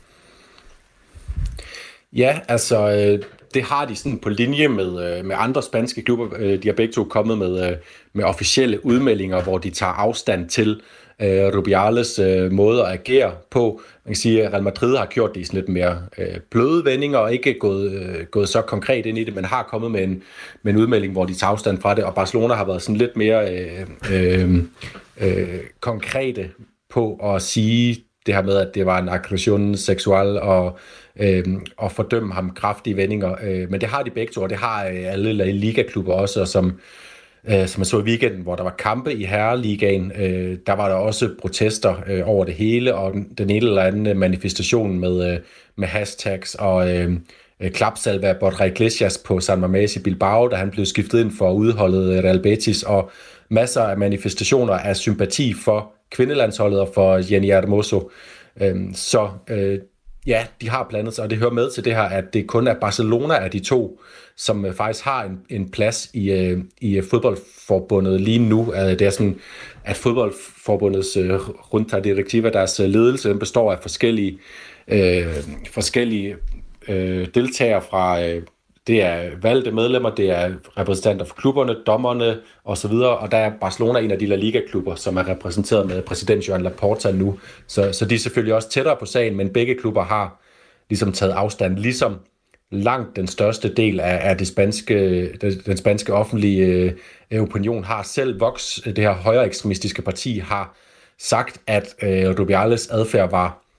Ja, altså det har de sådan på linje med andre spanske klubber. De har begge to kommet med officielle udmeldinger, hvor de tager afstand til Rubiales måde at agere på. Man kan sige, at Real Madrid har gjort det i sådan lidt mere bløde vendinger og ikke gået så konkret ind i det, men har kommet med en udmelding, hvor de tager afstand fra det, og Barcelona har været sådan lidt mere konkrete på at sige det her med, at det var en aggression seksuel og fordømme ham kraftige vendinger. Men det har de begge to, og det har alle ligaklubber også, og som jeg så i weekenden, hvor der var kampe i herreligaen, der var der også protester over det hele, og den ene eller anden manifestation med hashtags og klapsalve af Borja Iglesias på San Mamés i Bilbao, da han blev skiftet ind for udholdet Real Betis, og masser af manifestationer af sympati for kvindelandsholdet og for Jenny Hermoso. Ja, de har blandet sig, og det hører med til det her, at det kun er Barcelona af de to, som faktisk har en plads i fodboldforbundet lige nu. Det er sådan, at fodboldforbundets Junta Directiva, deres ledelse, den består af forskellige deltagere fra, det er valgte medlemmer, det er repræsentanter for klubberne, dommerne osv., og der er Barcelona en af de La Liga-klubber, som er repræsenteret med præsident Joan Laporta nu. Så de er selvfølgelig også tættere på sagen, men begge klubber har ligesom taget afstand, ligesom langt den største del af den spanske offentlige opinion har. Selv Vox, det her højre ekstremistiske parti, har sagt, at Rubiales adfærd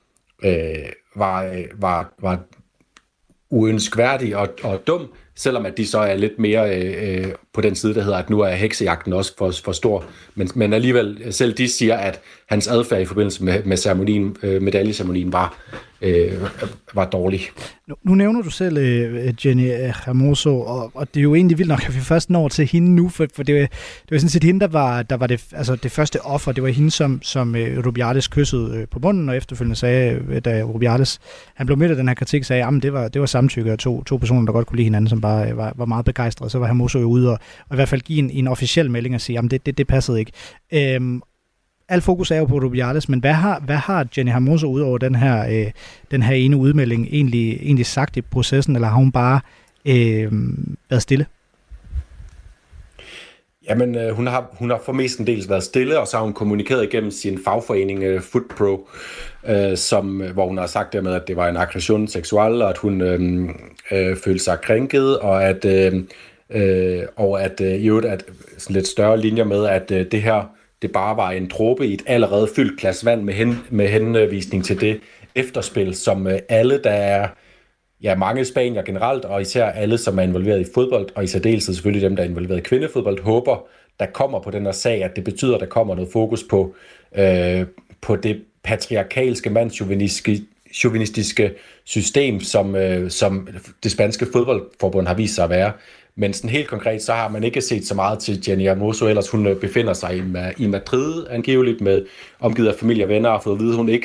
var uønskværdig og dum, selvom at de så er lidt mere på den side, der hedder, at nu er heksejagten også for stor. Men alligevel, selv de siger, at hans adfærd i forbindelse med ceremonien, medaljeceremonien var dårlig. Nu nævner du selv Jenny Hermoso, og det er jo egentlig vildt nok, at vi først når til hende nu, for det var sådan set hende, der var det første offer. Det var hende, som Rubiales kyssede på munden, og efterfølgende sagde, da Rubiales han blev midt af den her kritik, sagde, at det var samtykke af to personer, der godt kunne lide hinanden, som bare var meget begejstrede. Så var Hermoso jo ude og i hvert fald give en officiel melding og sige, at det passede ikke. Al fokus er jo på Rubiales, men hvad har Jenny Hermoso ud over den her ene udmelding egentlig sagt i processen, eller har hun bare været stille? Jamen, hun har for mestendels været stille, og så har hun kommunikeret igennem sin fagforening FootPro, hvor hun har sagt dermed, at det var en aggression seksuel, og at hun følte sig krænket, og at i øvrigt at sådan lidt større linjer med, at det her det bare var en dråbe i et allerede fyldt glas vand med henvisning til det efterspil, som alle, der er mange spanier generelt, og især alle, som er involveret i fodbold, og i særdeleshed selvfølgelig dem, der er involveret i kvindefodbold, håber, der kommer på den her sag, at det betyder, at der kommer noget fokus på det patriarkalske, mandschauvinistiske system, som det spanske fodboldforbund har vist sig at være. Men sådan helt konkret, så har man ikke set så meget til Jenny Hermoso, ellers hun befinder sig i Madrid angiveligt med omgivet af familie og venner, og fået at vide, at hun ikke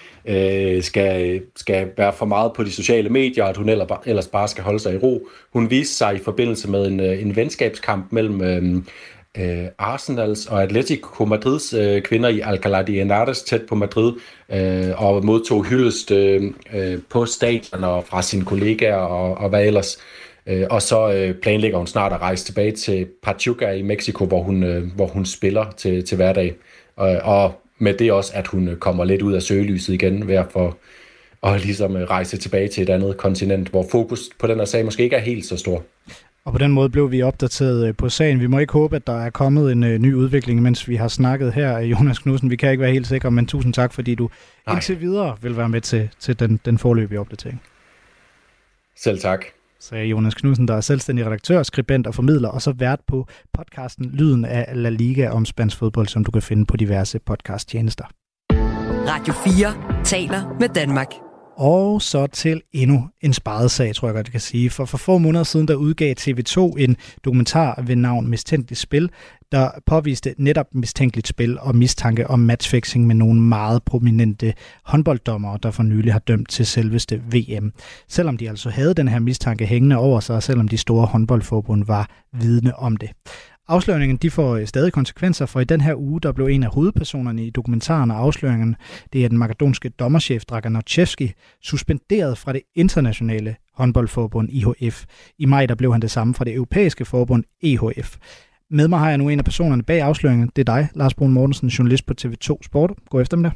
skal være for meget på de sociale medier, og at hun ellers bare skal holde sig i ro. Hun viste sig i forbindelse med en venskabskamp mellem Arsenals og Atletico Madrids kvinder i Alcalá de Henares tæt på Madrid, og modtog hyldest på stadion og fra sine kollegaer og hvad ellers. Og så planlægger hun snart at rejse tilbage til Pachuca i Mexico, hvor hun spiller til hverdag. Og med det også, at hun kommer lidt ud af søgelyset igen ved at ligesom rejse tilbage til et andet kontinent, hvor fokus på den her sag måske ikke er helt så stor. Og på den måde blev vi opdateret på sagen. Vi må ikke håbe, at der er kommet en ny udvikling, mens vi har snakket her, Jonas Knudsen. Vi kan ikke være helt sikre, men tusind tak, fordi du indtil videre vil være med til den foreløbige opdatering. Selv tak. Sagde Jonas Knudsen, der er selvstændig redaktør, skribent og formidler, og så vært på podcasten Lyden af La Liga om spansk fodbold, som du kan finde på diverse podcasttjenester. Radio 4 taler med Danmark. Og så til endnu en spadesag, tror jeg godt, jeg kan sige. For få måneder siden, der udgav TV2 en dokumentar ved navn Mistænkeligt Spil, der påviste netop mistænkeligt spil og mistanke om matchfixing med nogle meget prominente håndbolddommere, der for nylig har dømt til selveste VM. Selvom de altså havde den her mistanke hængende over sig, og selvom de store håndboldforbund var vidne om det. Afsløringen de får stadig konsekvenser, for i den her uge, der blev en af hovedpersonerne i dokumentaren og afsløringen, det er den makedonske dommerchef Dragan Navchevski, suspenderet fra det internationale håndboldforbund IHF. I maj der blev han det samme fra det europæiske forbund EHF. Med mig har jeg nu en af personerne bag afsløringen. Det er dig, Lars Brun Mortensen, journalist på TV2 Sport. God eftermiddag.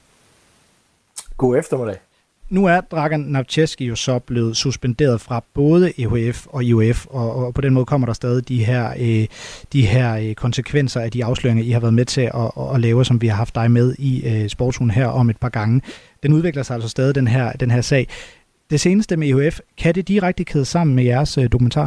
God eftermiddag. Nu er Dragan Navchevski jo så blevet suspenderet fra både EHF og IHF, og på den måde kommer der stadig de her konsekvenser af de afsløringer, I har været med til at lave, som vi har haft dig med i Sportsugen her om et par gange. Den udvikler sig altså stadig, den her sag. Det seneste med EHF, kan det direkte kæde sammen med jeres dokumentar?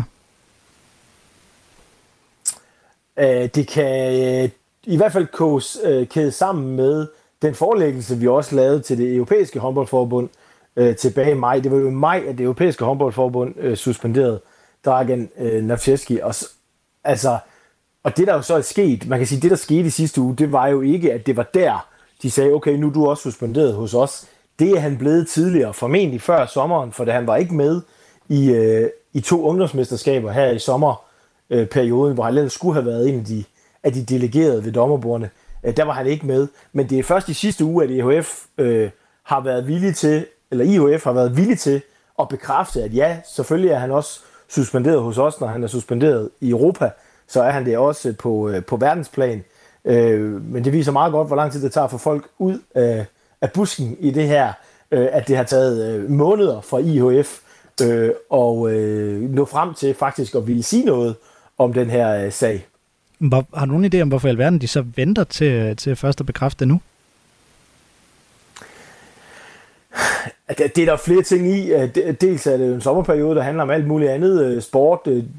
Det kan i hvert fald kæde sammen med den forelæggelse, vi også lavede til det europæiske håndboldforbund tilbage i maj. Det var jo i maj, at det europæiske håndboldforbund suspenderede Dragan Navchevski. Og det der jo så er sket, man kan sige, det der skete i sidste uge, det var jo ikke, at det var der, de sagde, okay, nu er du også suspenderet hos os. Det er han blevet tidligere, formentlig før sommeren, for da han var ikke med i 2 ungdomsmesterskaber her i sommerperioden, hvor han ellers skulle have været en af de delegerede ved dommerbordene. Der var han ikke med, men det er først i sidste uge, at IHF har været villig til at bekræfte, at ja, selvfølgelig er han også suspenderet hos os, når han er suspenderet i Europa, så er han det også på verdensplan. Men det viser meget godt, hvor lang tid det tager for folk ud af busken i det her, at det har taget måneder for IHF og nå frem til faktisk at ville sige noget om den her sag. Har du nogen idé om, hvorfor i alverden de så venter til først at bekræfte det nu? Det er der flere ting i. Dels er det en sommerperiode, der handler om alt muligt andet. Sport.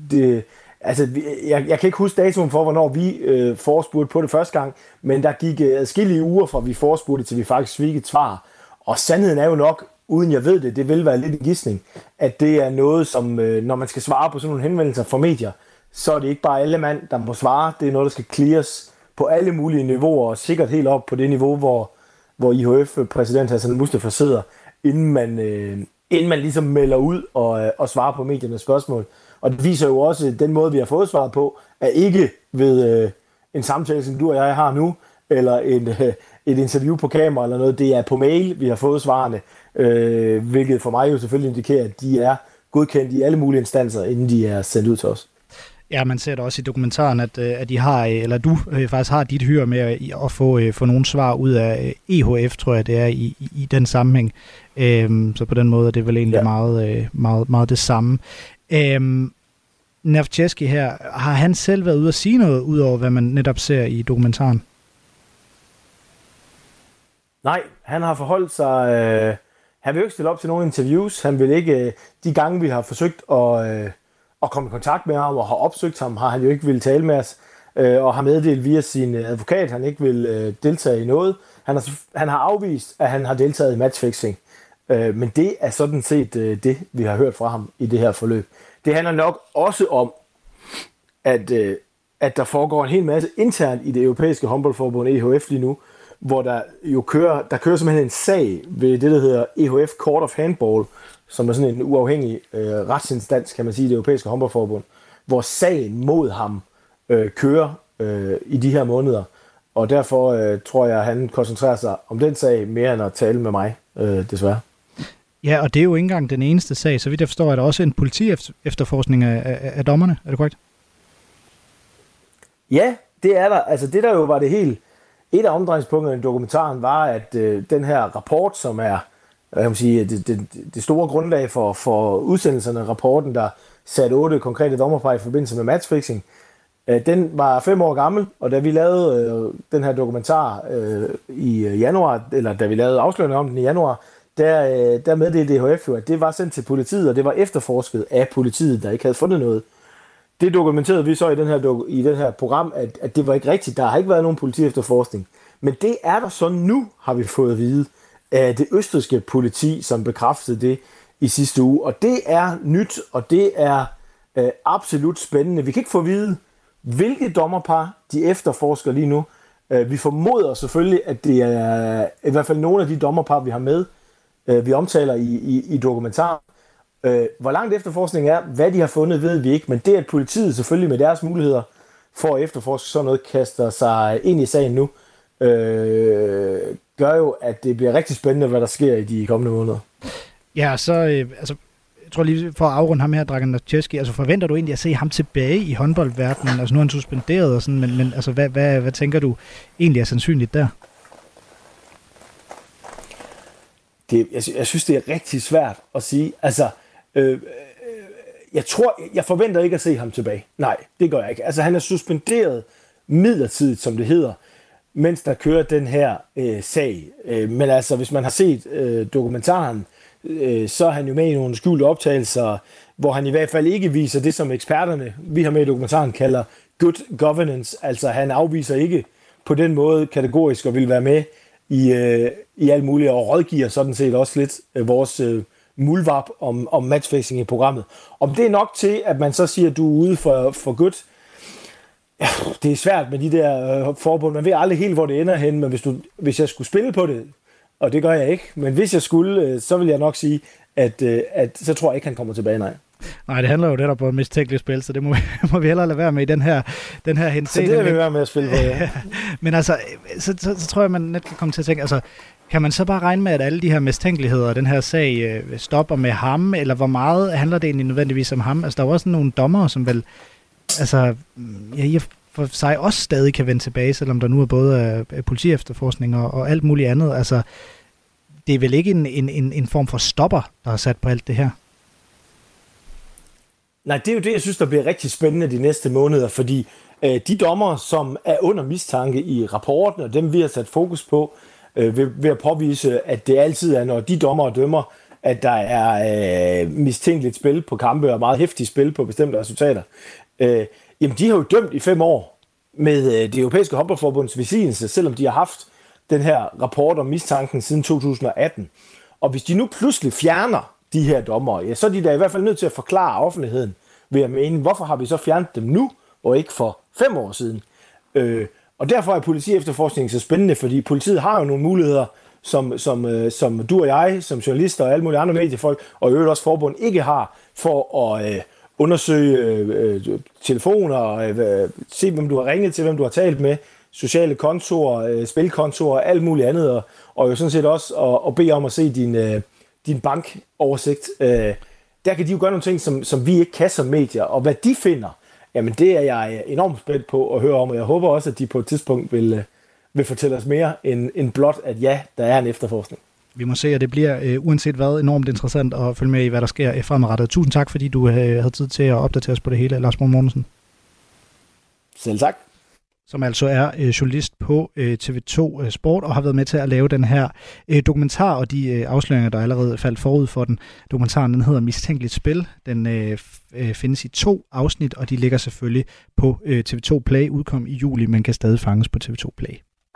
Jeg kan ikke huske datoen for, hvornår vi forespurgte på det første gang, men der gik adskillige uger fra vi forespurgte, til vi faktisk fik et svar. Og sandheden er jo nok, uden jeg ved det vil være lidt en gidsning, at det er noget, som når man skal svare på sådan nogle henvendelser fra medier, så er det ikke bare alle mand, der må svare. Det er noget, der skal clears på alle mulige niveauer, og sikkert helt op på det niveau, hvor IHF-præsident Hassan Mustafa sidder, inden man ligesom melder ud og svarer på mediernes spørgsmål. Og det viser jo også, at den måde, vi har fået svaret på, er ikke ved en samtale, som du og jeg har nu, eller et interview på kamera eller noget. Det er på mail, vi har fået svarene, hvilket for mig jo selvfølgelig indikerer, at de er godkendt i alle mulige instanser, inden de er sendt ud til os. Ja, man ser det også i dokumentaren, at de har, eller du faktisk har dit hyre med at få nogle svar ud af EHF, tror jeg det er, i den sammenhæng. Så på den måde er det vel egentlig meget det samme. Navtjeski her, har han selv været ude at sige noget, ud over hvad man netop ser i dokumentaren? Nej, han har forholdt sig. Han vil ikke stille op til nogle interviews. Han vil ikke, de gange vi har forsøgt at komme i kontakt med ham og har opsøgt ham, har han jo ikke ville tale med os, og har meddelt via sin advokat, han ikke vil deltage i noget. Han har afvist, at han har deltaget i matchfixing. Men det er sådan set det, vi har hørt fra ham i det her forløb. Det handler nok også om, at der foregår en hel masse internt i det europæiske håndboldforbund EHF lige nu, hvor der kører simpelthen en sag ved det, der hedder EHF Court of Handball, som er sådan en uafhængig retsinstans, kan man sige, i det europæiske håndboldforbund, hvor sagen mod ham kører i de her måneder. Og derfor tror jeg, at han koncentrerer sig om den sag mere end at tale med mig, desværre. Ja, og det er jo ikke engang den eneste sag. Så vidt jeg forstår, er der også en politi-efterforskning af dommerne. Er det korrekt? Ja, det er der. Altså det der jo var det helt... Et af omdrejningspunkterne i dokumentaren var, at den her rapport, som er det store grundlag for udsendelserne, rapporten, der satte 8 konkrete dommerpar i forbindelse med matchfixing, den var 5 år gammel, og da vi lavede den her dokumentar i januar, eller da vi lavede afsløringen om den i januar, der meddelte DHF jo, at det var sendt til politiet, og det var efterforsket af politiet, der ikke havde fundet noget. Det dokumenterede vi så i den her program, at det var ikke rigtigt. Der har ikke været nogen politiefterforskning. Men det er der så nu, har vi fået at vide, af det østrigske politi, som bekræftede det i sidste uge. Og det er nyt, og det er absolut spændende. Vi kan ikke få at vide, hvilke dommerpar de efterforsker lige nu. Vi formoder selvfølgelig, at det er i hvert fald nogle af de dommerpar, vi har med, vi omtaler i dokumentaren. Hvor langt efterforskning er, hvad de har fundet, ved vi ikke, men det, at politiet selvfølgelig med deres muligheder for at efterforske sådan noget, kaster sig ind i sagen nu, gør jo, at det bliver rigtig spændende, hvad der sker i de kommende måneder. Ja, så jeg tror lige for at afrunde ham her, Dragan Navtjeski, altså forventer du egentlig at se ham tilbage i håndboldverdenen? Altså nu er han suspenderet og sådan, men altså hvad tænker du egentlig er sandsynligt der? Jeg synes, det er rigtig svært at sige. Altså, jeg forventer ikke at se ham tilbage. Nej, det gør jeg ikke. Altså, han er suspenderet midlertidigt, som det hedder, mens der kører den her sag. Men altså, hvis man har set dokumentaren, så er han jo med i nogle skjulte optagelser, hvor han i hvert fald ikke viser det, som eksperterne, vi har med i dokumentaren, kalder good governance. Altså, han afviser ikke på den måde kategorisk og vil være med i alt muligt, og rådgiver sådan set også lidt vores muldvarp om matchfixing i programmet. Om det er nok til, at man så siger, at du er ude for godt, ja, det er svært med de der forbund. Man ved aldrig helt, hvor det ender hen, men hvis jeg skulle spille på det, og det gør jeg ikke, men hvis jeg skulle, så vil jeg nok sige, at så tror jeg ikke, han kommer tilbage, nej. Nej, det handler jo netop om mistænkeligt spil, så det må vi hellere lade være med i den her henseende. Så det vil vi være med at spille på, ja. Men altså, så tror jeg, man net kan komme til at tænke, altså, kan man så bare regne med, at alle de her mistænkeligheder og den her sag stopper med ham, eller hvor meget handler det egentlig nødvendigvis om ham? Altså, der er jo også nogle dommere, som vel, altså, for sig også stadig kan vende tilbage, selvom der nu er både politiefterforskning og alt muligt andet. Altså, det er vel ikke en form for stopper, der er sat på alt det her? Nej, det er jo det, jeg synes, der bliver rigtig spændende de næste måneder, fordi de dommer, som er under mistanke i rapporten, og dem vi har sat fokus på, ved at påvise, at det altid er, når de dommer dømmer, at der er mistænkeligt spil på kampe og meget hæftigt spil på bestemte resultater. Jamen, de har jo dømt i 5 år med det europæiske håndboldforbunds velsignelse, selvom de har haft den her rapport om mistanken siden 2018. Og hvis de nu pludselig fjerner de her dommer, ja, så er de da i hvert fald nødt til at forklare offentligheden ved at mene, hvorfor har vi så fjernet dem nu, og ikke for 5 år siden. Og derfor er politiefterforskningen så spændende, fordi politiet har jo nogle muligheder, som du og jeg, som journalister og alle mulige andre mediefolk, og i øvrigt også forbund, ikke har, for at undersøge telefoner, se hvem du har ringet til, hvem du har talt med, sociale kontorer, spilkontorer, alt muligt andet, og jo sådan set også at bede om at se din bankoversigt. Der kan de jo gøre nogle ting, som vi ikke kan som medier, og hvad de finder, jamen det er jeg enormt spændt på at høre om, og jeg håber også, at de på et tidspunkt vil fortælle os mere end blot, at ja, der er en efterforskning. Vi må se, at det bliver uanset hvad enormt interessant at følge med i, hvad der sker fremadrettet. Tusind tak, fordi du havde tid til at opdatere os på det hele, Lars Mortensen. Selv tak. Som altså er journalist på TV2 Sport og har været med til at lave den her dokumentar og de afsløringer, der allerede faldt forud for den. Dokumentaren, den hedder Mistænkeligt Spil. Den findes i 2 afsnit, og de ligger selvfølgelig på TV2 Play. Udkom i juli, men kan stadig fanges på TV2 Play.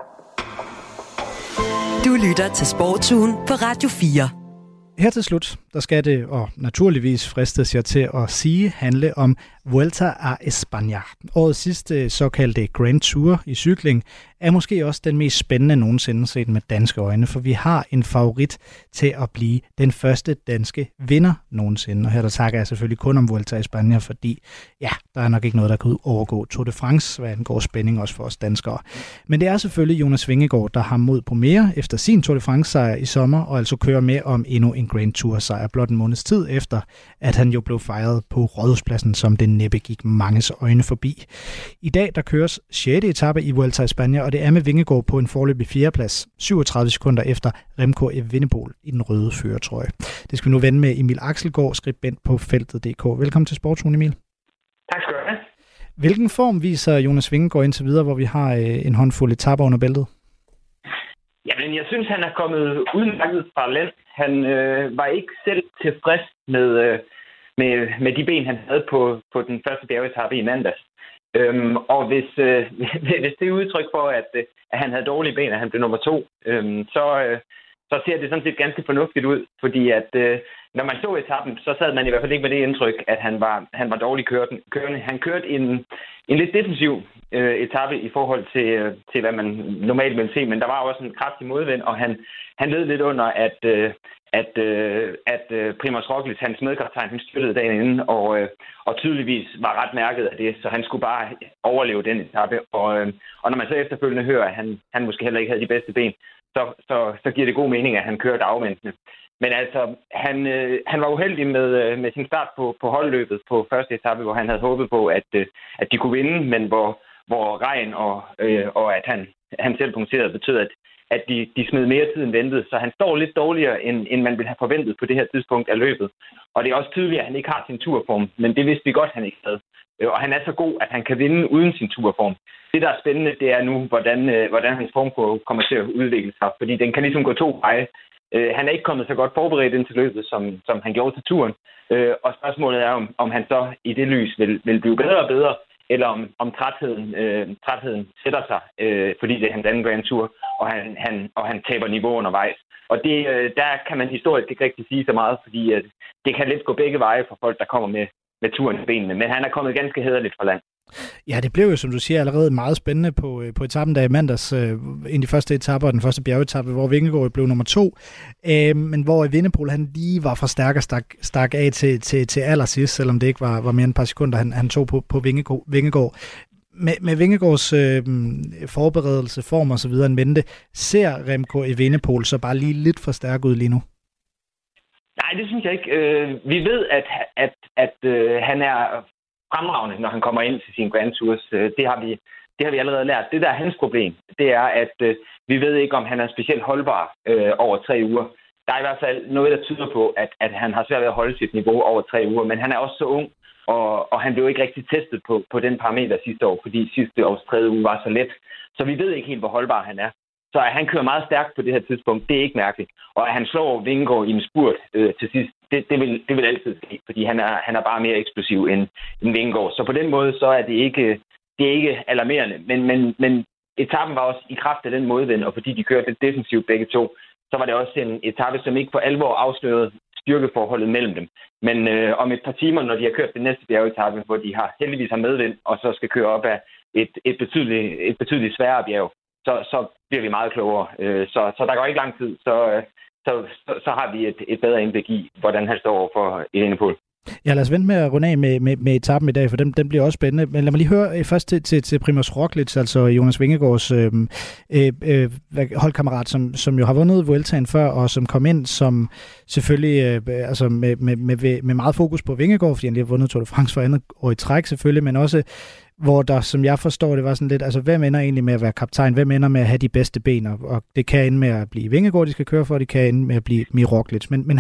Du lytter til Sportsugen på Radio 4. Her til slut, der skal det, og naturligvis fristes jeg til at sige, handle om Vuelta a España. Årets sidste såkaldte Grand Tour i cykling er måske også den mest spændende nogensinde set med danske øjne, for vi har en favorit til at blive den første danske vinder nogensinde. Og her der takker jeg selvfølgelig kun om Vuelta a España, fordi ja, der er nok ikke noget, der kan overgå Tour de France, hvad angår spænding også for os danskere. Men det er selvfølgelig Jonas Vingegaard, der har mod på mere efter sin Tour de France-sejr i sommer, og altså kører med om endnu en Grand Tour-sejr blot en måneds tid efter, at han jo blev fejret på Rådhuspladsen, som det næppe gik manges øjne forbi. I dag der køres 6. etape i Vuelta a España, og det er med Vingegaard på en foreløbig 4. plads, 37 sekunder efter Remco Evenepoel i den røde førertrøje. Det skal vi nu vende med Emil Axelgaard, skribent på feltet.dk. Velkommen til Sportsugen, Emil. Tak skal du have. Hvilken form viser Jonas Vingegaard indtil videre, hvor vi har en håndfuld etaper under bæltet? Jamen, jeg synes, han er kommet udmærket fra land. Han var ikke selv tilfreds med de ben, han havde på den første bjergetape i mandags. Og hvis det er udtryk for, at han havde dårlige ben, at han blev nummer 2, så ser det sådan set ganske fornuftigt ud. Fordi at når man så etappen, så sad man i hvert fald ikke med det indtryk, at han var dårlig kørende. Han kørte en lidt defensiv etape i forhold til, hvad man normalt vil se, men der var også en kraftig modvind, og han led lidt under, at Primož Roglič, hans medkaptajn, han styrtede dagen inden, og tydeligvis var ret mærket af det, så han skulle bare overleve den etape. Og når man så efterfølgende hører, at han måske heller ikke havde de bedste ben, så giver det god mening, at han kørte afventende. Men altså, han var uheldig med sin start på holdløbet på første etape, hvor han havde håbet på, at de kunne vinde, men hvor regn og at han selv punkterede betød, at de smed mere tid end ventet. Så han står lidt dårligere, end man ville have forventet på det her tidspunkt af løbet. Og det er også tydeligt, at han ikke har sin turform, men det vidste vi godt, han ikke havde. Og han er så god, at han kan vinde uden sin turform. Det, der er spændende, det er nu, hvordan hans form kommer til at udvikle sig, fordi den kan ligesom gå 2 veje. Han er ikke kommet så godt forberedt ind til løbet, som han gjorde til turen. Og spørgsmålet er, om han så i det lys vil blive bedre og bedre, eller om trætheden sætter sig, fordi det er hans anden Grand Tour, og han taber niveau undervejs. Og der kan man historisk ikke rigtig sige så meget, fordi det kan lidt gå begge veje for folk, der kommer med turen i benene. Men han er kommet ganske hæderligt fra land. Ja, det blev jo, som du siger, allerede meget spændende på etappen der i mandags, ind i første etape og den første bjergetappe, hvor Vingegaard blev nummer 2, men hvor Evenepoel han lige var for stærk og stak af til allersidst, selvom det ikke var mere end et par sekunder, han tog på Vingegaard. Med Vingegaards forberedelse, form og så videre en mente, ser Remco Evenepoel så bare lige lidt for stærk ud lige nu? Nej, det synes jeg ikke. Vi ved, at han er fremragende, når han kommer ind til sine Grand Tours. Det har vi allerede lært. Det, der er hans problem, det er, at vi ved ikke, om han er specielt holdbar over 3 uger. der er i hvert fald noget, der tyder på, at han har svært ved at holde sit niveau over 3 uger. Men han er også så ung, og han blev ikke rigtig testet på den parameter sidste år, fordi sidste års 3. uge var så let. Så vi ved ikke helt, hvor holdbar han er. Så at han kører meget stærkt på det her tidspunkt, det er ikke mærkeligt. Og at han slår Vingegaard i en spurt til sidst, det vil altid ske, fordi han er bare mere eksplosiv end Vingegaard. Så på den måde, så er det ikke alarmerende. Men etappen var også i kraft af den modvind, og fordi de kørte lidt defensivt begge to, så var det også en etape, som ikke for alvor afslørede styrkeforholdet mellem dem. Men om et par timer, når de har kørt den næste bjergetappe, hvor de heldigvis har medvind, og så skal køre op af et betydeligt sværere bjerg, så bliver vi meget klogere. Så der går ikke lang tid, så har vi et bedre indblik i, hvordan han står over for Evenepoel. Ja, lad os vente med at runde af med etappen i dag, for den bliver også spændende. Men lad mig lige høre først til Primož Roglič, altså Jonas Vingegaards holdkammerat, som jo har vundet Vueltaen før, og som kom ind som selvfølgelig altså med meget fokus på Vingegaard, fordi han lige har vundet Tour de France for andet år i træk selvfølgelig, men også hvor der, som jeg forstår det, var sådan lidt, altså hvem ender egentlig med at være kaptajn? Hvem ender med at have de bedste ben? Og det kan ende med at blive Vingegaard, de skal køre for, og det kan ende med at blive Roglič. Men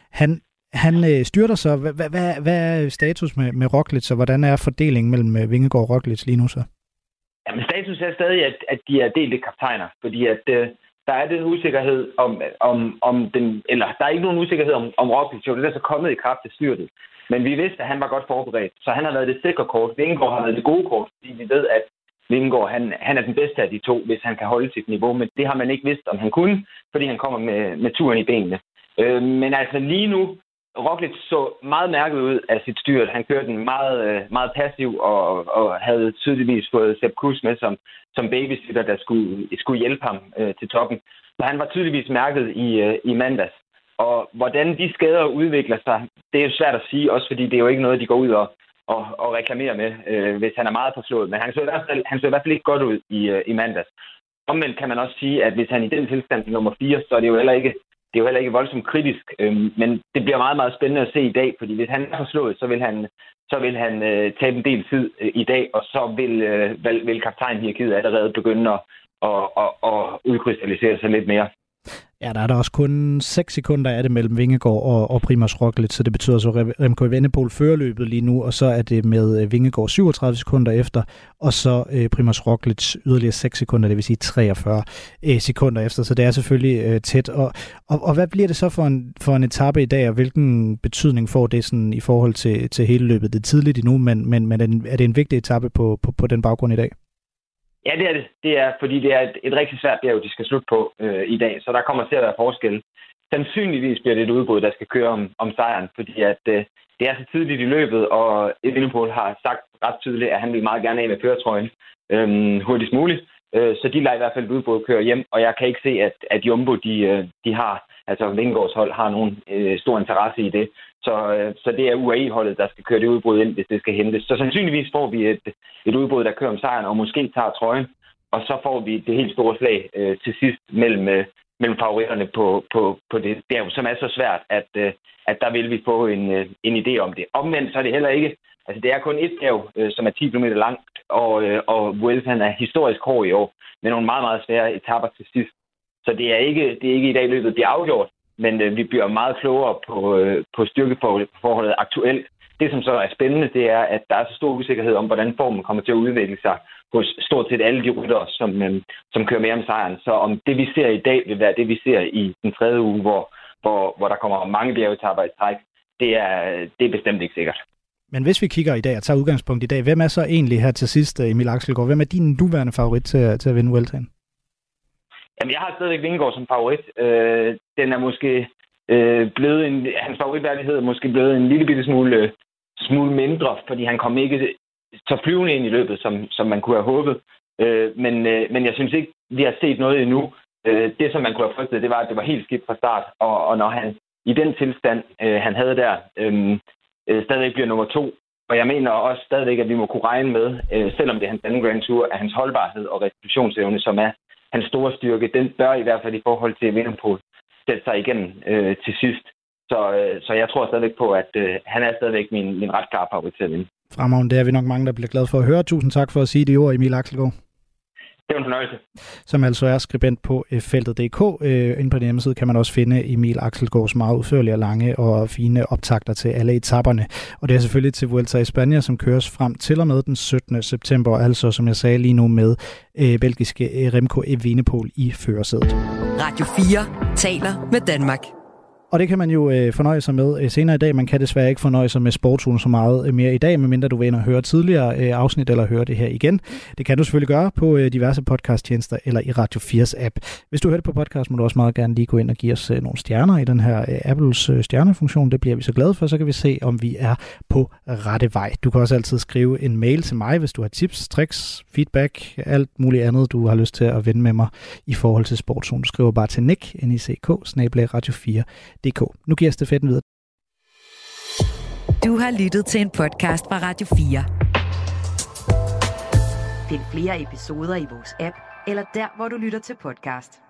han styrter så. Hvad er status med Roglič, og hvordan er fordelingen mellem Vingegaard og Roglič lige nu så? Jamen, status er stadig, at de er delte kaptajner, fordi at der er den usikkerhed om den, eller der er ikke nogen usikkerhed om Roglič, jo det er så kommet i kraft af styrtet. Men vi vidste, at han var godt forberedt, så han har været det sikre kort. Vingegaard har været det gode kort, fordi vi ved, at Vingegaard han er den bedste af de to, hvis han kan holde sit niveau. Men det har man ikke vidst, om han kunne, fordi han kommer med turen i benene. Men altså lige nu, Roglič så meget mærket ud af sit styrt. Han kørte den meget, meget passiv og havde tydeligvis fået Sepp Kuss med som babysitter, der skulle hjælpe ham til toppen. Så han var tydeligvis mærket i mandags. Og hvordan de skader udvikler sig, det er jo svært at sige, også fordi det er jo ikke noget, de går ud og reklamerer med, hvis han er meget forslået. Men han så i hvert fald ikke godt ud i mandags. Omvendt kan man også sige, at hvis han i den tilstand til nummer 4, så er det jo heller ikke voldsomt kritisk. Men det bliver meget, meget spændende at se i dag, fordi hvis han er forslået, så vil han tabe en del tid i dag, og så vil kaptajnhierarkiet allerede begynde at udkrystallisere sig lidt mere. Ja, der er der også kun 6 sekunder af det mellem Vingegaard og Primož Roglič, så det betyder så, at Remco Evenepoel fører løbet lige nu, og så er det med Vingegaard 37 sekunder efter, og så Primož Roglič yderligere 6 sekunder, det vil sige 43 sekunder efter, så det er selvfølgelig tæt. Og hvad bliver det så for en etape i dag, og hvilken betydning får det sådan i forhold til hele løbet? Det er tidligt endnu, men er det en vigtig etape på den baggrund i dag? Ja, det er det. Det er, fordi det er et rigtig svært bjerg, de skal slutte på i dag, så der kommer til at være forskel. Sandsynligvis bliver det et udbrud, der skal køre om sejren, fordi at det er så tidligt i løbet, og Evenepoel har sagt ret tydeligt, at han vil meget gerne af med førertrøjen hurtigst muligt. Så de lader i hvert fald et udbrud køre hjem, og jeg kan ikke se, at Jumbo, de har, altså Vingegaards hold, har nogen stor interesse i det. Så det er UAE-holdet, der skal køre det udbrud ind, hvis det skal hentes. Så sandsynligvis får vi et udbrud, der kører om sejren, og måske tager trøjen. Og så får vi det helt store slag til sidst mellem favoritterne på det bjerg, som er så svært, at der vil vi få en idé om det. Omvendt så er det heller ikke, altså det er kun et bjerg, som er 10 km langt, og Vueltaen er historisk hård i år, med nogle meget, meget svære etaper til sidst. Så det er ikke i dag løbet bliver afgjort, men vi bliver meget klogere på styrkeforholdet aktuelt. Det, som så er spændende, det er, at der er så stor usikkerhed om, hvordan formen kommer til at udvikle sig hos stort set alle de ryttere, som kører med om sejren. Så om det, vi ser i dag, vil være det, vi ser i den 3. uge, hvor der kommer mange bjergetapper i træk, det er bestemt ikke sikkert. Men hvis vi kigger i dag og tager udgangspunkt i dag, hvem er så egentlig her til sidst, Emil Axelgaard? Hvem er din nuværende favorit til at vinde Vueltaen? Jamen, jeg har stadigvæk Vingegaard som favorit. Den er måske hans favoritværdighed er måske blevet en lille bitte smule mindre, fordi han kom ikke så flyvende ind i løbet, som man kunne have håbet. Men jeg synes ikke, vi har set noget endnu. Det, som man kunne have frygtet, det var, at det var helt skidt fra start. Og når han i den tilstand, han havde der, stadigvæk bliver nummer 2. Og jeg mener også stadigvæk, at vi må kunne regne med, selvom det er hans anden Grand Tour, at hans holdbarhed og restitutionsevne, som er hans store styrke, den bør i hvert fald i forhold til Evenepoel sætte sig igennem til sidst. Så jeg tror stadigvæk på, at han er stadigvæk min ret klare favorit til at vinde. Fremragende, det er vi nok mange, der bliver glade for at høre. Tusind tak for at sige det ord, Emil Axelgaard. Det var en fornøjelse. Som altså er skribent på feltet.dk. Inde på den hjemmeside kan man også finde Emil Axelgaards meget udførlige og lange og fine optakter til alle etaperne. Og det er selvfølgelig til Vuelta i Spanien, som køres frem til og med den 17. september. Altså, som jeg sagde lige nu, med belgiske Remco Evenepoel i førersædet. Radio 4 taler med Danmark. Og det kan man jo fornøje sig med senere i dag. Man kan desværre ikke fornøje sig med Sportsugen så meget mere i dag, medmindre du vil ind og høre tidligere afsnit eller høre det her igen. Det kan du selvfølgelig gøre på diverse podcasttjenester eller i Radio 4's app. Hvis du hører det på podcast, må du også meget gerne lige gå ind og give os nogle stjerner i den her Apples stjernefunktion. Det bliver vi så glade for, så kan vi se, om vi er på rette vej. Du kan også altid skrive en mail til mig, hvis du har tips, tricks, feedback, alt muligt andet, du har lyst til at vende med mig i forhold til Sportsugen. Du skriver bare til nick@radio4.dk. Nu giver jeg stafetten videre. Du har lyttet til en podcast fra Radio 4. Find flere episoder i vores app, eller der, hvor du lytter til podcast.